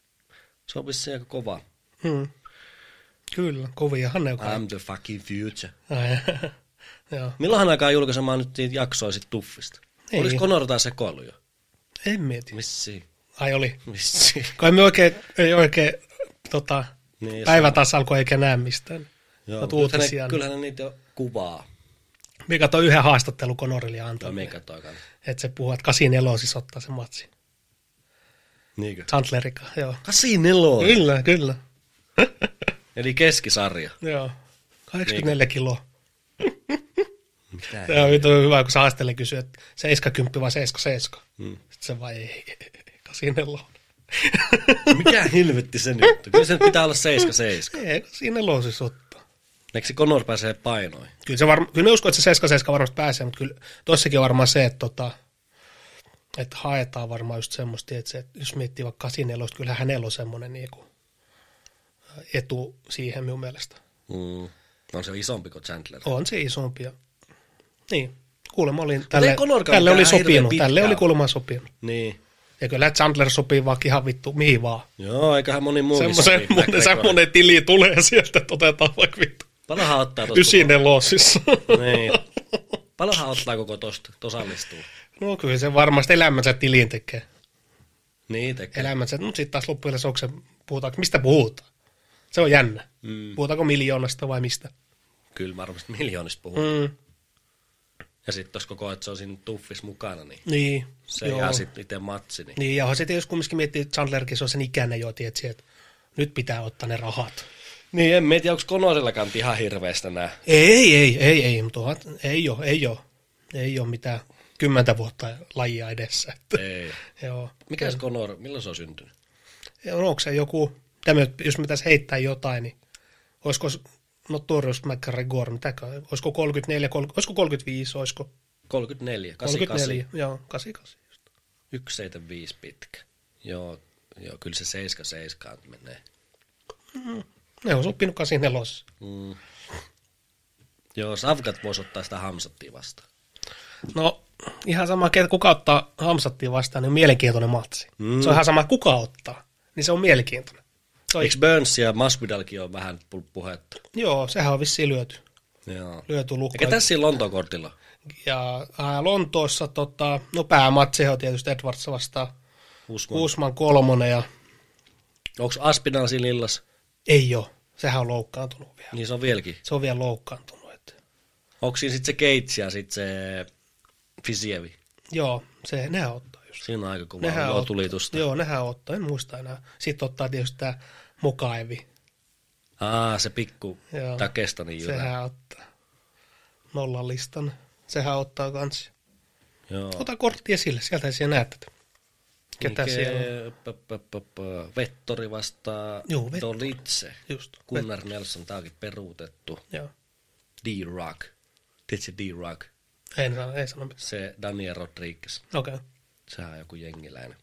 B: Se on vissiin aika kovaa.
A: Hmm. Kyllä, koviahan ne on
B: I'm the fucking future.
A: kaikki. Joo,
B: Milloinhan aikaa julkaisemaan nyt niitä jaksoja sit Tuffista?
A: Ei.
B: Olis Conor taas sekoilu jo?
A: en mieti.
B: Vissiin.
A: Ai oli.
B: Vissiin.
A: Kai me oikein, ei oikein tota,
B: Niin, jos-
A: päivä taas alkoi eikä näe mistään.
B: Joo,
A: Oot
B: mutta
A: uutisia.
B: ne, kyllähän ne niitä jo kuvaa.
A: Minä katsoin yhden haastattelun Conorille ja
B: Tai
A: antoi.
B: mikä toikaan.
A: Että se puhuu, että kahdeksankymmentäneljä siis ottaa sen matsin.
B: Niinkö?
A: Chandlerika, joo.
B: kahdeksankymmentäneljä.
A: Kyllä, kyllä.
B: Eli keskisarja.
A: Joo. kahdeksankymmentäneljä kiloa.
B: Mitä?
A: Se on vittu hyvä, kun se haastelle kysyy, että seitsemänkymmentä vai seitsemänkymmentäseitsemän.
B: Hmm.
A: Sitten se vai ei, kahdeksankymmentäneljä.
B: Mikä helvetti se nyt? Kyllä se nyt pitää olla seitsemän seitsemän.
A: Ei, kahdeksankymmentäneljä siis ottaa.
B: Eikö se Conor pääsee painoihin?
A: Kyllä, se varma, kyllä me uskon, että se seitsemän seitsemän varmasti pääsee, mutta kyllä tossakin on varmaan se, että, tota, että haetaan varmaan just semmoista, että, se, että jos miettii vaikka kahdeksankymmentäneljä, kyllä hänellä on semmoinen niin kuin etu siihen minun mielestä.
B: Mm. On se isompi kuin Chandler.
A: On se isompi. ja- Niin, kuulemma oli, tälle,
B: ei Conorkaan
A: tälle oli
B: mikään hirveän
A: sopinut,
B: pitkä
A: tälle oli
B: ole.
A: kuulemma sopinut.
B: Niin.
A: Ja kyllä Chandler sopii vaikka ihan vittu mihin vaan.
B: Joo, eiköhän moni muukin
A: Semmoinen,
B: sopii.
A: semmoinen, semmoinen tili tulee sieltä, että otetaan vaikka vittu.
B: Paljonhan ottaa tosta.
A: Ysinelosissa.
B: Niin. Paljonhan ottaa koko tosta, osallistuu.
A: No kyllä se varmasti elämänsä tiliin tekee.
B: Niin tekee.
A: Elämänsä, mutta sitten taas loppujen onko se, puhutaanko, mistä puhutaan? Se on jännä.
B: Mm.
A: Puhutaanko miljoonasta vai mistä?
B: Kyllä varmasti miljoonista puhuu.
A: Mm.
B: Ja sitten jos koko ajan, että se on siinä tuffis mukana, niin
A: Niin.
B: se
A: joo.
B: jää sitten itse matsi. Niin.
A: Niin, ja sitten jos kumminkin miettii, että Chandlerkin se on sen ikäinen jo, tietysti, että nyt pitää ottaa ne rahat.
B: niin, en mieti, onko Conorillakaan ihan hirveästä nää.
A: Ei, ei, ei, ei, mutta ei ole, ei ole. Ei ole mitään kymmentä vuotta lajia edessä. Että,
B: Ei.
A: joo.
B: Mikäs Conor, milloin se on syntynyt?
A: Onko se joku, tämä, jos me tässä heittää jotain, niin olisiko Notorious McGregor, mitäkö, olisiko kolmekymmentäneljä, kolmekymmentä, olisiko kolmekymmentäviisi, olisiko
B: kolmekymmentäneljä, kahdeksankymmentäkahdeksan.
A: kolmekymmentäneljä, joo, kahdeksankymmentäkahdeksan.
B: yksi pilkku seitsemänkymmentäviisi pitkä. Joo, joo kyllä se seitsemän seitsemän menee.
A: Mm. Ne on sopinut kahdeksankymmentäneljä.
B: Mm. Joo, Savkat voisi ottaa sitä Hamsattia vastaan.
A: No, ihan sama, kuka ottaa Hamsattia vastaan, niin on mielenkiintoinen matsi.
B: Mm.
A: Se on ihan sama, kuka ottaa, niin se on mielenkiintoinen. Se on,
B: Eikö Burns ja Masvidalkin ole vähän pu- puhetta?
A: joo, sehän on vissiin lyöty.
B: Joo.
A: Lyöty lukko.
B: Eikä tässä siinä Lontoon kortilla?
A: Ja ää, Lontoossa, tota, no päämatsi on tietysti Edwards vastaan
B: Usman.
A: Usman kolmonen, ja
B: Onko Aspinall siinä illassa?
A: ei ole. Sehän on loukkaantunut vielä.
B: Niin se on vieläkin.
A: Se on vielä loukkaantunut. Että.
B: Onko siinä sitten se Gates ja sitten se Fisievi?
A: Joo, se, nehän ottaa just.
B: Siinä on aika kova
A: Nehän
B: joo,
A: ottaa.
B: tulitusta.
A: Joo, nehän ottaa, en muista enää. Sitten ottaa tietysti tämä Mokaevi.
B: Aa, se pikku
A: Joo.
B: Dagestanin jyrä.
A: Sehän ottaa nollan listan. Sehän ottaa kans.
B: Joo.
A: Ota kortti esille, sieltä ei siellä näe tätä. Ketä
B: Mikä-
A: siellä on?
B: p- p- p- p- Vettori vastaa
A: Joo, Vettori.
B: Dolitse.
A: Just.
B: Gunnar Nelson, tääkin peruutettu.
A: Joo.
B: D-Rock. Tiedätkö D-Rock?
A: En sano, ei sano mitään.
B: Se Daniel Rodriguez.
A: Okei. Okay.
B: Sehän on joku jengiläinen.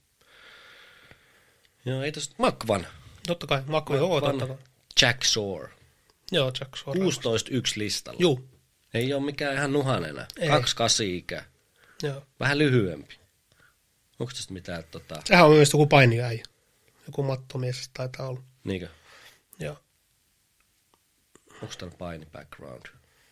B: Joo, ei tosta Makvan.
A: Totta kai, Makku, joo, totta kai.
B: Jack Shore.
A: Joo, Jack Shore.
B: kuusitoista yksi listalla.
A: Juu,
B: Ei ole mikään ihan nuhan enää.
A: Ei.
B: kaksi kasi ikä.
A: joo.
B: Vähän lyhyempi. Onko tästä mitään tota...
A: Sehän on myös joku painiäijä. Joku mattomies taitaa olla.
B: Niinkö?
A: Joo.
B: Onko täällä paini background?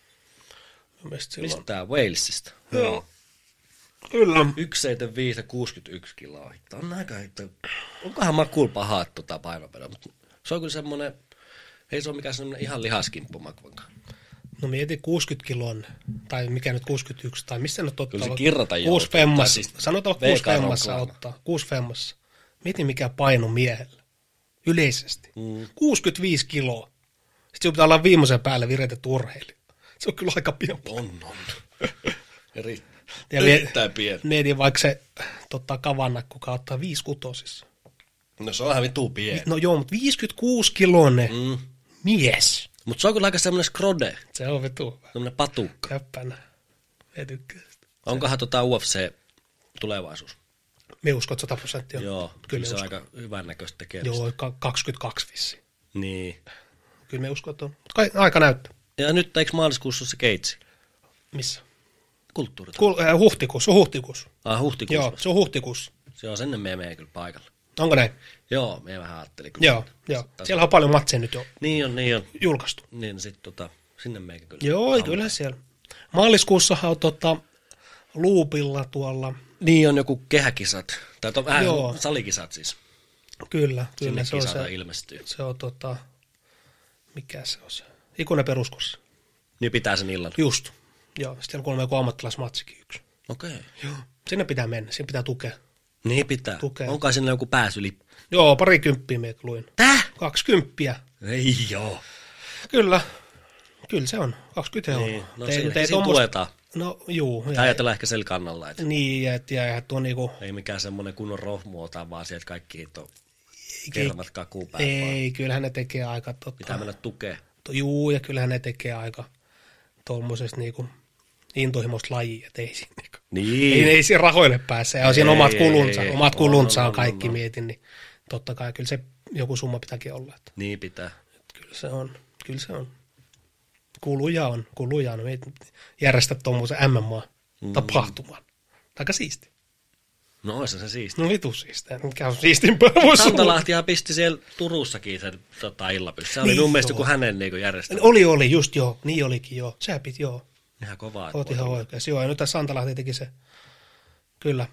A: Mielestäni
B: Mistä
A: silloin.
B: tää Walesista?
A: Joo. Kyllä.
B: yksi pilkku seitsemänkymmentäviisi ja kuusikymmentäyksi kiloa. Tämä on aika... Onkohan Makulla pahaa tota painopedä, mutta se on kyllä semmonen... Ei se ole mikään semmonen ihan lihaskimppu Makvankaan.
A: No mieti kuusikymmentä kilon, tai mikä nyt kuusikymmentäyksi, tai missä nyt ottaa?
B: Kyllä se kirrata
A: Kuusi
B: joutuu,
A: femmassa,
B: tai siis
A: sanotaan
B: V
A: kuusi
B: K
A: femmassa
B: roklaana.
A: ottaa, kuusi femmassa. Mieti mikä paino miehellä, yleisesti.
B: Mm.
A: kuusikymmentäviisi kiloa. Sitten sinun pitää olla viimeisen päälle viritetty urheilija. Se on kyllä aika pieni.
B: On, on. Eri,
A: Ja mie-
B: erittäin pieni.
A: Mietin vaikka se tota, kavanna, kuka ottaa viisi kutosissa.
B: No se on ihan vittu pieni.
A: No joo, mutta viisikymmentäkuusi kiloinen
B: Mm.
A: mies.
B: Mutta se on kyllä aika semmonen skrode,
A: Se on vitu
B: semmonen patukka.
A: käppänä. Ei tykkää sitä.
B: Onkohan tota U F C tulevaisuus?
A: Me uskon sata prosenttia.
B: Joo,
A: Kyllä
B: kyllä
A: me
B: se on
A: uskon.
B: aika hyvän näköistä tekemistä.
A: Joo, ka- kaksikymmentäkaksi vissiin.
B: Niin.
A: Kyllä me uskon, että on. Kai, aika näyttää.
B: Ja nyt eikö maaliskuussa se keitsi?
A: Missä?
B: Kulttuuri.
A: Kul- äh, huhtikuussa, se on huhtikuussa.
B: Ah, huhtikuussa.
A: Joo, se on huhtikuussa.
B: Se on ennen me menee kyllä paikalla.
A: Onko näin?
B: Joo, me vähän ajattelin. Kyllä.
A: Joo, joo. Siellä on paljon matseja nyt jo
B: Niin on, niin on.
A: julkaistu.
B: Niin sit tota, sinne meikä kyllä.
A: Joo,
B: Haluaa.
A: kyllä siellä. Maaliskuussahan on tota, Loopilla tuolla.
B: Niin on joku kehäkisat. Tai to, vähän
A: Joo.
B: salikisat siis.
A: Kyllä, kyllä
B: Sinne
A: se on
B: kisata
A: se.
B: ilmestyy.
A: Se on tota, mikä se on se? Ikuinen peruskossa.
B: Niin pitää sen illan.
A: Just. Joo, sitten siellä on kuulemma joku ammattilaismatsikin yksi.
B: Okei. Okay.
A: Joo. Sinne pitää mennä, sinne pitää tukea.
B: Niin pitää.
A: Tukee.
B: Onko sinne joku pääsylippu?
A: Joo, pari kymppiä me luin.
B: Täh?
A: Kaksikymppiä.
B: Ei joo.
A: Kyllä. Kyllä se on. kaksikymmentä euroa.
B: Niin. No
A: Te-
B: siinä,
A: te-
B: siinä
A: tommosta-
B: tuetaan.
A: No juu.
B: Tai
A: Ja,
B: ajatellaan ehkä sillä kannalla, että
A: niin, et, ja, ja tuo niinku,
B: ei mikään semmoinen kunnon rohmuota, vaan sieltä kaikki on
A: ei,
B: kermat kakuun päin. vaan
A: ei, kyllähän ne tekee aika, tota,
B: pitää mennä tukeen.
A: to, juu, ja kyllähän ne tekee aika tuommoisesta niinku intohimoista lajia, et ei siinä niinku,
B: Niin.
A: ei, ei siinä rahoille pääse, ja on siinä
B: Ei,
A: omat
B: ei,
A: kulunsa,
B: ei, ei.
A: omat
B: On,
A: kulunsa
B: on,
A: on
B: on,
A: kaikki
B: on, on.
A: mietin, niin totta kai kyllä se joku summa pitääkin olla, että
B: Niin pitää.
A: kyllä se on, kyllä se on. Kuluja on, kuluja on, ei järjestä tuommoisen M M A-tapahtuman. Aika siisti.
B: No oisa se siistiä.
A: No vitu siistiä. Mikä on siistimpää voisi olla?
B: Santalahtihan pisti siellä Turussakin sen tota, illapyssä. Se oli
A: Niin,
B: mun mielestä
A: joo.
B: joku hänen niinku järjestelmä.
A: Oli, oli, just joo. Niin olikin joo. Sehän piti joo.
B: Ihan kovaa.
A: Oot ihan oikeassa. Joo, ja nyt tässä Santalahti teki se. Kyllä.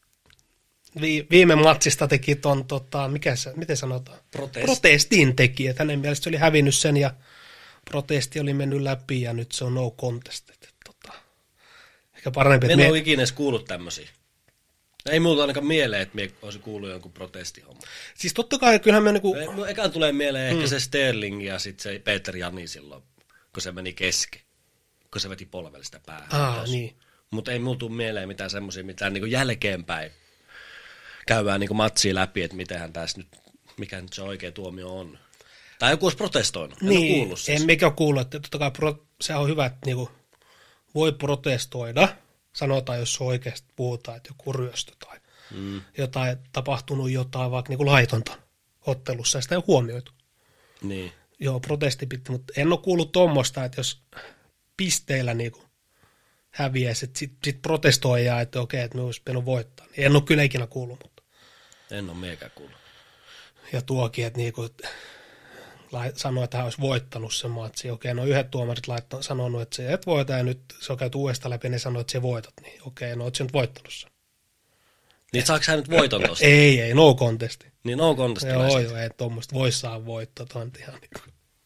A: Vi, viime matsista teki ton, tota, mikä se, miten sanotaan?
B: Protest.
A: Protestin teki, että hänen mielestä se oli hävinnyt sen ja protesti oli mennyt läpi ja nyt se on no contest. Että, tota, ehkä parempi,
B: En
A: että
B: me...
A: me...
B: ole ikinä edes kuullut tämmöisiä. Ei muuta ainakaan mieleen, että me olisi kuullut jonkun protestihomma.
A: Siis totta kai, kyllähän me niinku...
B: No, ekaan tulee mieleen ehkä mm. se Sterling ja sitten se Peter Jani silloin, kun se meni kesken. Kun se veti polvelista päähän.
A: Aa, niin.
B: Mutta ei mulla tule mieleen mitään semmoisia, mitään niinku jälkeenpäin käydään niinku matsia läpi, että mitenhän tässä nyt, mikä nyt se oikea tuomio on. Tai joku olisi protestoinut. En
A: niin,
B: ole kuullut siis.
A: En mekä ole kuullut, että totta kai pro, se on hyvä, että niinku voi protestoida. Sanotaan, jos oikeasti puhutaan, että joku ryöstö tai mm. jotain tapahtunut jotain vaikka niinku laitonta ottelussa, ja sitä ei ole huomioitu.
B: Niin.
A: Joo, protesti pitää, mutta en ole kuullut tuommoista, että jos pisteillä niinku häviäisi, että sitten sit protestoijaa, että okei, että me olisi pitänyt voittaa. Niin en ole kyllä ikinä kuullut, mutta...
B: En ole miekään kuullut.
A: Ja tuokin, että niinku, et, sanoi, että hän olisi voittanut sen matsi. Okei, no yhdet tuomarit laittanut, sanonut, että se et voita, ja nyt se on käyty uudestaan läpi, ja ne sanoi, että se voitat. Niin okei, no oot se nyt voittanut sen.
B: Niin saako hän nyt voiton tosta?
A: Ei, ei, no contesti.
B: Niin no contesti.
A: Joo, joo, ei tuommoista voi saa voittaa, tuo on ihan niinku...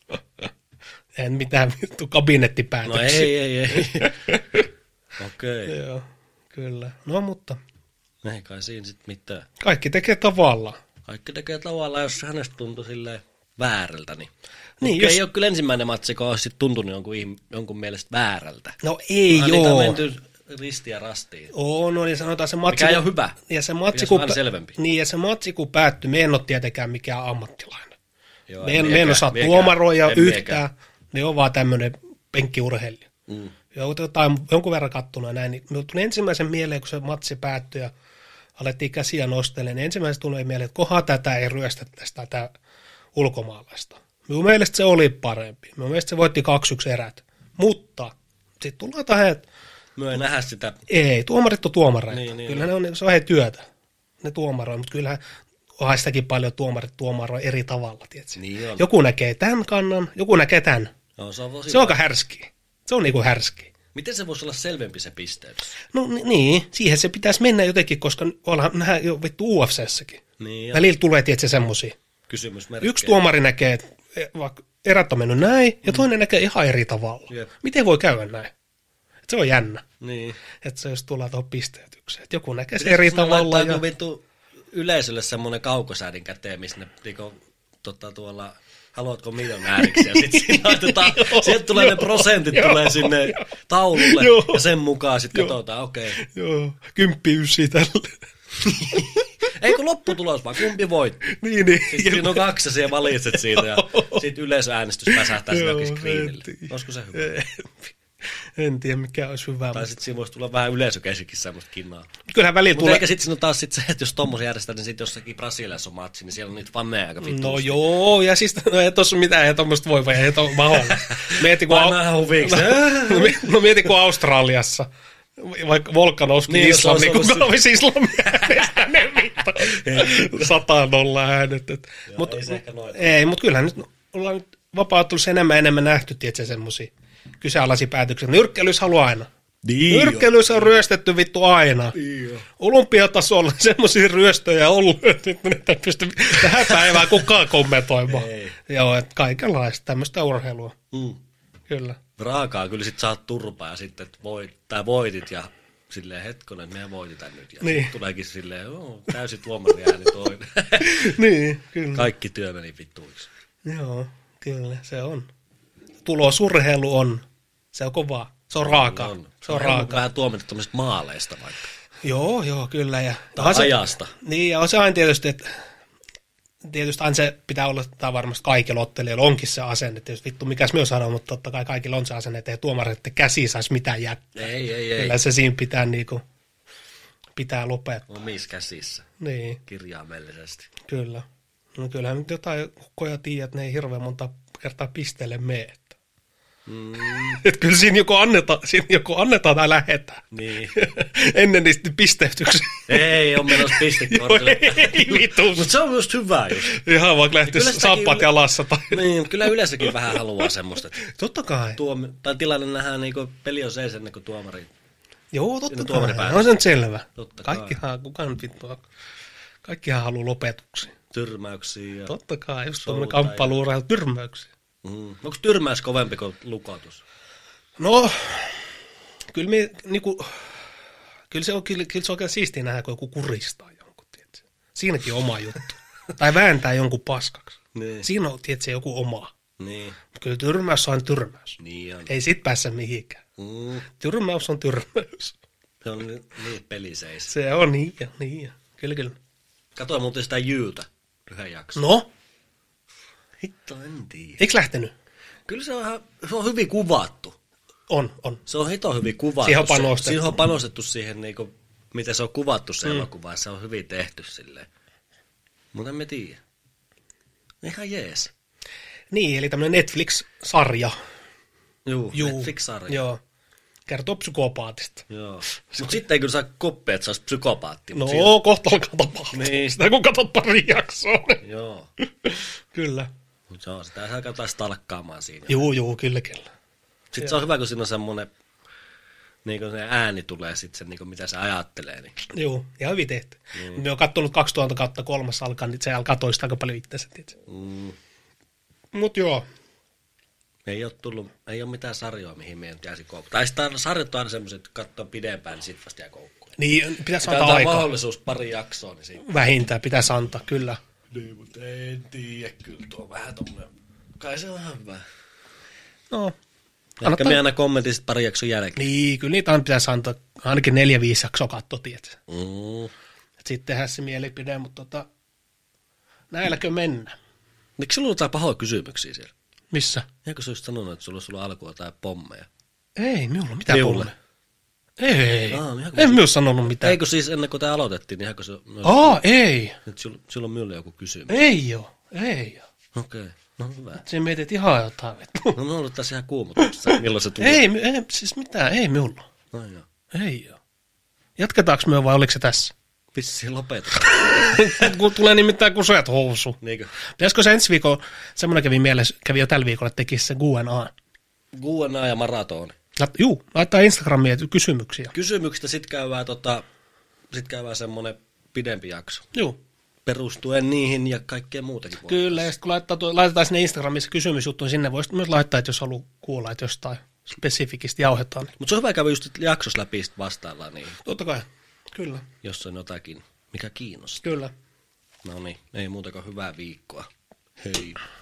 A: En mitään vittu kabinettipäätöksiä.
B: No ei, ei, ei. Okei. Okay.
A: Joo, kyllä. No mutta...
B: Ei kai siinä sitten mitään.
A: Kaikki tekee tavallaan.
B: Kaikki tekee tavallaan, jos hänestä tuntui silleen väärältä. Niin,
A: niin
B: jos...
A: jos...
B: ei ole kyllä ensimmäinen matsi, kun olisi tuntunut jonkun, jonkun mielestä väärältä.
A: No ei
B: Vaan
A: joo.
B: niitä on menty ristiin ja rastiin.
A: Oo, no niin sanotaan se matsi...
B: Mikä ei
A: kun...
B: ole hyvä.
A: Ja se matsi,
B: Pitäisi
A: kun...
B: olla selvempi.
A: Niin, ja se matsi kun päättyi, me en ole tietenkään mikään ammattilainen.
B: Joo,
A: me en, me en osaa
B: miekään,
A: tuomaroja
B: en
A: yhtään.
B: miekään.
A: Ne on vaan tämmöinen penkkiurheilija.
B: Mm.
A: Jotain, jonkun verran kattuna näin, niin minulle tuli ensimmäisen mieleen, kun se matsi päättyi ja alettiin käsiä nostelemaan, niin ensimmäisen tuli mieleen, että kohan tätä ei ryöstettäisi tätä ulkomaalaista. Minun mielestä se oli parempi. Minun mielestä se voitti kaksi yksi erät. Mutta sitten tullaan tähän, että
B: me ei nähdä sitä.
A: ei, tuomarit on tuomareita.
B: Niin, niin,
A: kyllä niin. Ne on, se on heidän työtä. Ne tuomaroi, mutta kyllähän onhan sitäkin paljon tuomarit tuomaroi eri tavalla.
B: Niin on.
A: Joku näkee tämän kannan, joku näkee tämän.
B: No, se on,
A: se on aika härskiä. Se on niinku härskiä.
B: Miten se voisi olla selvempi se pisteys?
A: No niin, siihen se pitäisi mennä jotenkin, koska ollaan nähdään jo vittu U F C:ssäkin.
B: Niin,
A: välillä tulee tietysti semmosia.
B: Kysymysmerkkejä.
A: Yksi tuomari näkee, että vaikka erät on mennyt näin, ja toinen mm. näkee ihan eri tavalla.
B: Jep.
A: Miten voi käydä näin? Et se on jännä.
B: Niin.
A: Että se jos tulee tuohon pisteytykseen. Että joku näkee se eri tavalla.
B: Ja... vittu yleisölle semmoinen kaukosäädin käteen, missä ne niinku, tota, tuolla... Haluatko miljonääriksi? Ja sitten siinä laitetaan, sieltä tulee joo, ne prosentit, joo, tulee sinne joo, taululle, joo, ja sen mukaan sitten katsotaan, okei. Okay.
A: Joo, kymppi ysi tälle.
B: Eikö lopputulos vaan, kumpi voitti?
A: Niin, niin.
B: Sitten siinä on kaksi ja siellä valitset siitä, ja sitten yleisöäänestys päsähtää sinne jokin screenille. Olisiko se hyvä?
A: En tiedä, mikä olisi hyvä.
B: Tai sitten siinä voisi tulla vähän yleisökäsikin semmoista kinnaa.
A: Kyllähän välillä
B: Mutta
A: tulee...
B: eikä sitten siinä on taas sit se, että jos tommoisen järjestetään, niin sitten jossakin Brasiliassa on matsi, niin siellä on niitä fanneja aika vittuusti.
A: No joo, ja siis no ei tossa mitään, ei tommoista voi, ei ole mahdollista. Mieti, kun...
B: Vaan vähän huviksi.
A: No, no mieti, kun Australiassa, vaikka Volkanovski niin, islam, niin kuka olisi islamia äänestä, ne vittu. Sataan nolla äänet. Joo, mut,
B: ei se ehkä noita.
A: Ei, mutta kyllähän nyt ollaan nyt vapaa-ottelussa enemmän enemmän nähty, tietysti semmosia kyseenalaisia päätöksiä. Nyrkkeilys haluaa aina.
B: Niin
A: Nyrkkeilys on ryöstetty vittu aina. Niin olympiatasolla semmoisia ryöstöjä ollut, että nyt ne ei pysty tähän päivään kukaan kommentoimaan. Ei. Joo, että kaikenlaista tämmöistä urheilua. Mm. Kyllä.
B: Raakaa kyllä sit saat turpaa ja sitten voit, tai voitit ja silleen hetkonen, mehän voititaan nyt. Ja niin. Tuleekin silleen, oo, täysin tuomari ääni toinen.
A: Niin, kyllä.
B: Kaikki työ meni vittuiksi.
A: Joo, kyllä se on. Tulosurheilu on, se on kovaa. Se on raakaa. On.
B: Se on raakaa. Vähän tuomittu tuommoisista maaleista vaikka.
A: Joo, joo, kyllä. Ja
B: tai ajasta.
A: Se, niin, ja on se aina tietysti, että tietysti aina se pitää olla, tai varmasti kaikilla ottelijoilla onkin se asenne. Tietysti vittu, mikäs me sanon, mutta totta kai kaikilla on se asenne, että ei tuomarit käsi saisi mitään jättää.
B: Ei, ei, ei.
A: Kyllä se siinä pitää, niinku, pitää lopettaa.
B: Omissa käsissä.
A: Niin.
B: Kirjaimellisesti.
A: Kyllä. No kyllähän nyt jotain koja tiedät, että ne ei hirveän monta kertaa pisteelle mene.
B: Mm.
A: Että kyllä siinä joko annetaan, siinä joko annetaan tai lähetään.
B: Niin.
A: Ennen niistä pisteytyksiä.
B: Ei, on menossa pistekortille.
A: Ei vitu.
B: Mutta se on just hyvä just.
A: Ihan vaikka lähtisi saappaat
B: yle...
A: jalassa. Tai...
B: Niin, kyllä yleisökin vähän haluaa semmoista.
A: Totta kai.
B: Tuomi... Tai tilanne nähdään, niin kuin peli on seis ennen kuin tuomari.
A: Joo, totta kai. On se nyt selvä. Totta Kaikkihan, kukaan vittua. Kaikkihan haluaa lopetuksia.
B: Tyrmäyksiä. Ja
A: totta kai, just tuommoinen kamppailuura tyrmäyksiä.
B: Mm. Onko tyrmäys kovempi kuin lukotus?
A: No, kyllä, me, niinku, kyllä, se on, kyllä, kyllä se on oikein siistiä nähdä, kun joku kuristaa jonkun. Tietysti. Siinäkin on oma juttu. Tai vääntää jonkun paskaksi.
B: Niin.
A: Siinä on tietysti joku oma.
B: Niin.
A: Kyllä tyrmäys on tyrmäys.
B: Niin on.
A: Ei sit päässä mihinkään.
B: Mm.
A: Tyrmäys on tyrmäys.
B: Se on niin peliseis.
A: Se on niin ja niin ja. Kyllä, kyllä.
B: Katoin muuten sitä Jyytä yhden jakson.
A: No?
B: Hitto, en tiedä.
A: Eikö lähtenyt?
B: Kyllä se on, ihan, se on hyvin kuvattu.
A: On, on.
B: Se on hito hyvin kuvattu.
A: Siihen on panostettu.
B: Se, siihen on panostettu siihen, niin kuin, miten se on kuvattu se mm. elokuva. Se on hyvin tehty silleen. Mutta en mä tiedä. Ihan jees.
A: Niin, eli tämmöinen Netflix-sarja.
B: Juu,
A: Juu,
B: Netflix-sarja.
A: Joo. Kertoo psykopaatista.
B: Joo. Mutta sitten ei kyllä saa koppia, että se olisi psykopaatti.
A: No,
B: siinä...
A: kohta alkaa tapahtua.
B: Niin.
A: Sitä kun katsot pari jaksoa.
B: Joo.
A: Kyllä.
B: Mutta joo, sitä saa katsoa stalkkaamaan siinä.
A: Juu, juu, kyllä, kyllä.
B: Sitten ja. Se on hyvä, kun siinä on semmoinen, niin kun se ääni tulee sitten, sen, niin kun mitä se ajattelee. Niin.
A: Joo, ihan hyvin tehty.
B: Mm.
A: Me on katsonut kaksituhatta kautta kolmas alkaa, niin se alkaa toista aika paljon itseänsä.
B: Mm.
A: Mut joo.
B: Ei ole tullut, ei ole mitään sarjoa, mihin meidän jäisi koukkuun. Tai sitten sarjat on aina semmoiset, että katsoo pidempään, niin sitten vasta jää koukkuun.
A: Niin, pitäisi
B: antaa
A: antaa aikaa.
B: Mahdollisuus pari jaksoa, niin siitä.
A: Vähintään pitäisi antaa, kyllä.
B: Niin, mutta en tiedä, kyllä tuo on vähän tommoinen. Kai se on ihan hyvä.
A: No.
B: Ehkä
A: Annattaa...
B: me aina kommentin sitten pari jakson jälkeen.
A: Niin, kyllä niitä pitäisi antaa ainakin neljä, viisi jaksoa katsoa, tiedätkö.
B: Mm.
A: Sitten tehdään se mielipide, mutta tota, näilläkö mennä?
B: Miksi sulla on jotain pahoja kysymyksiä siellä?
A: Missä?
B: Eikö sä just sanonut, että sulla on sulla alkuun jotain pommeja?
A: Ei, minulla on mitään
B: Minulle.
A: pommeja. Ei,
B: Aa,
A: en myös sanonut mitään.
B: Eikö siis ennen kuin te aloitettiin, niin eikö se...
A: Aa, ei.
B: Nyt sulla, sulla on minulle joku kysymys.
A: Ei oo, ei oo.
B: Okei, okay. No hyvä.
A: Se mietit ihan jotain.
B: No me on ollut tässä ihan kuumotuksessa, milloin se tulee.
A: Ei, ei, siis mitään, ei minulla.
B: No joo.
A: Ei oo. Jatketaanko me vai oliko se tässä?
B: Vissiin lopetetaan.
A: Kun tulee nimittäin kusojat housu.
B: Niinkö?
A: Pitäisikö se ensi viikolla, semmoinen kävi mielessä, kävi jo tällä viikolla, että tekisi se Q and A.
B: Q and A ja maratoni.
A: Juu, laittaa Instagramiin kysymyksiä.
B: Kysymyksistä sit käydään, tota, sit käydään semmoinen pidempi jakso.
A: Juu.
B: Perustuen niihin ja kaikkeen muutakin.
A: Kyllä, ja sitten kun laittaa, laitetaan sinne Instagramissa kysymysjuttu, niin sinne voisi myös laittaa, että jos haluaa kuulla, että jostain spesifikistä jauhetaan. Niin.
B: Mutta se on hyvä käydä just jaksos läpi sit vastaillaan niin.
A: Totta kai, kyllä.
B: Jos on jotakin, mikä kiinnostaa.
A: Kyllä.
B: No niin, ei muuta kuin hyvää viikkoa. Hei.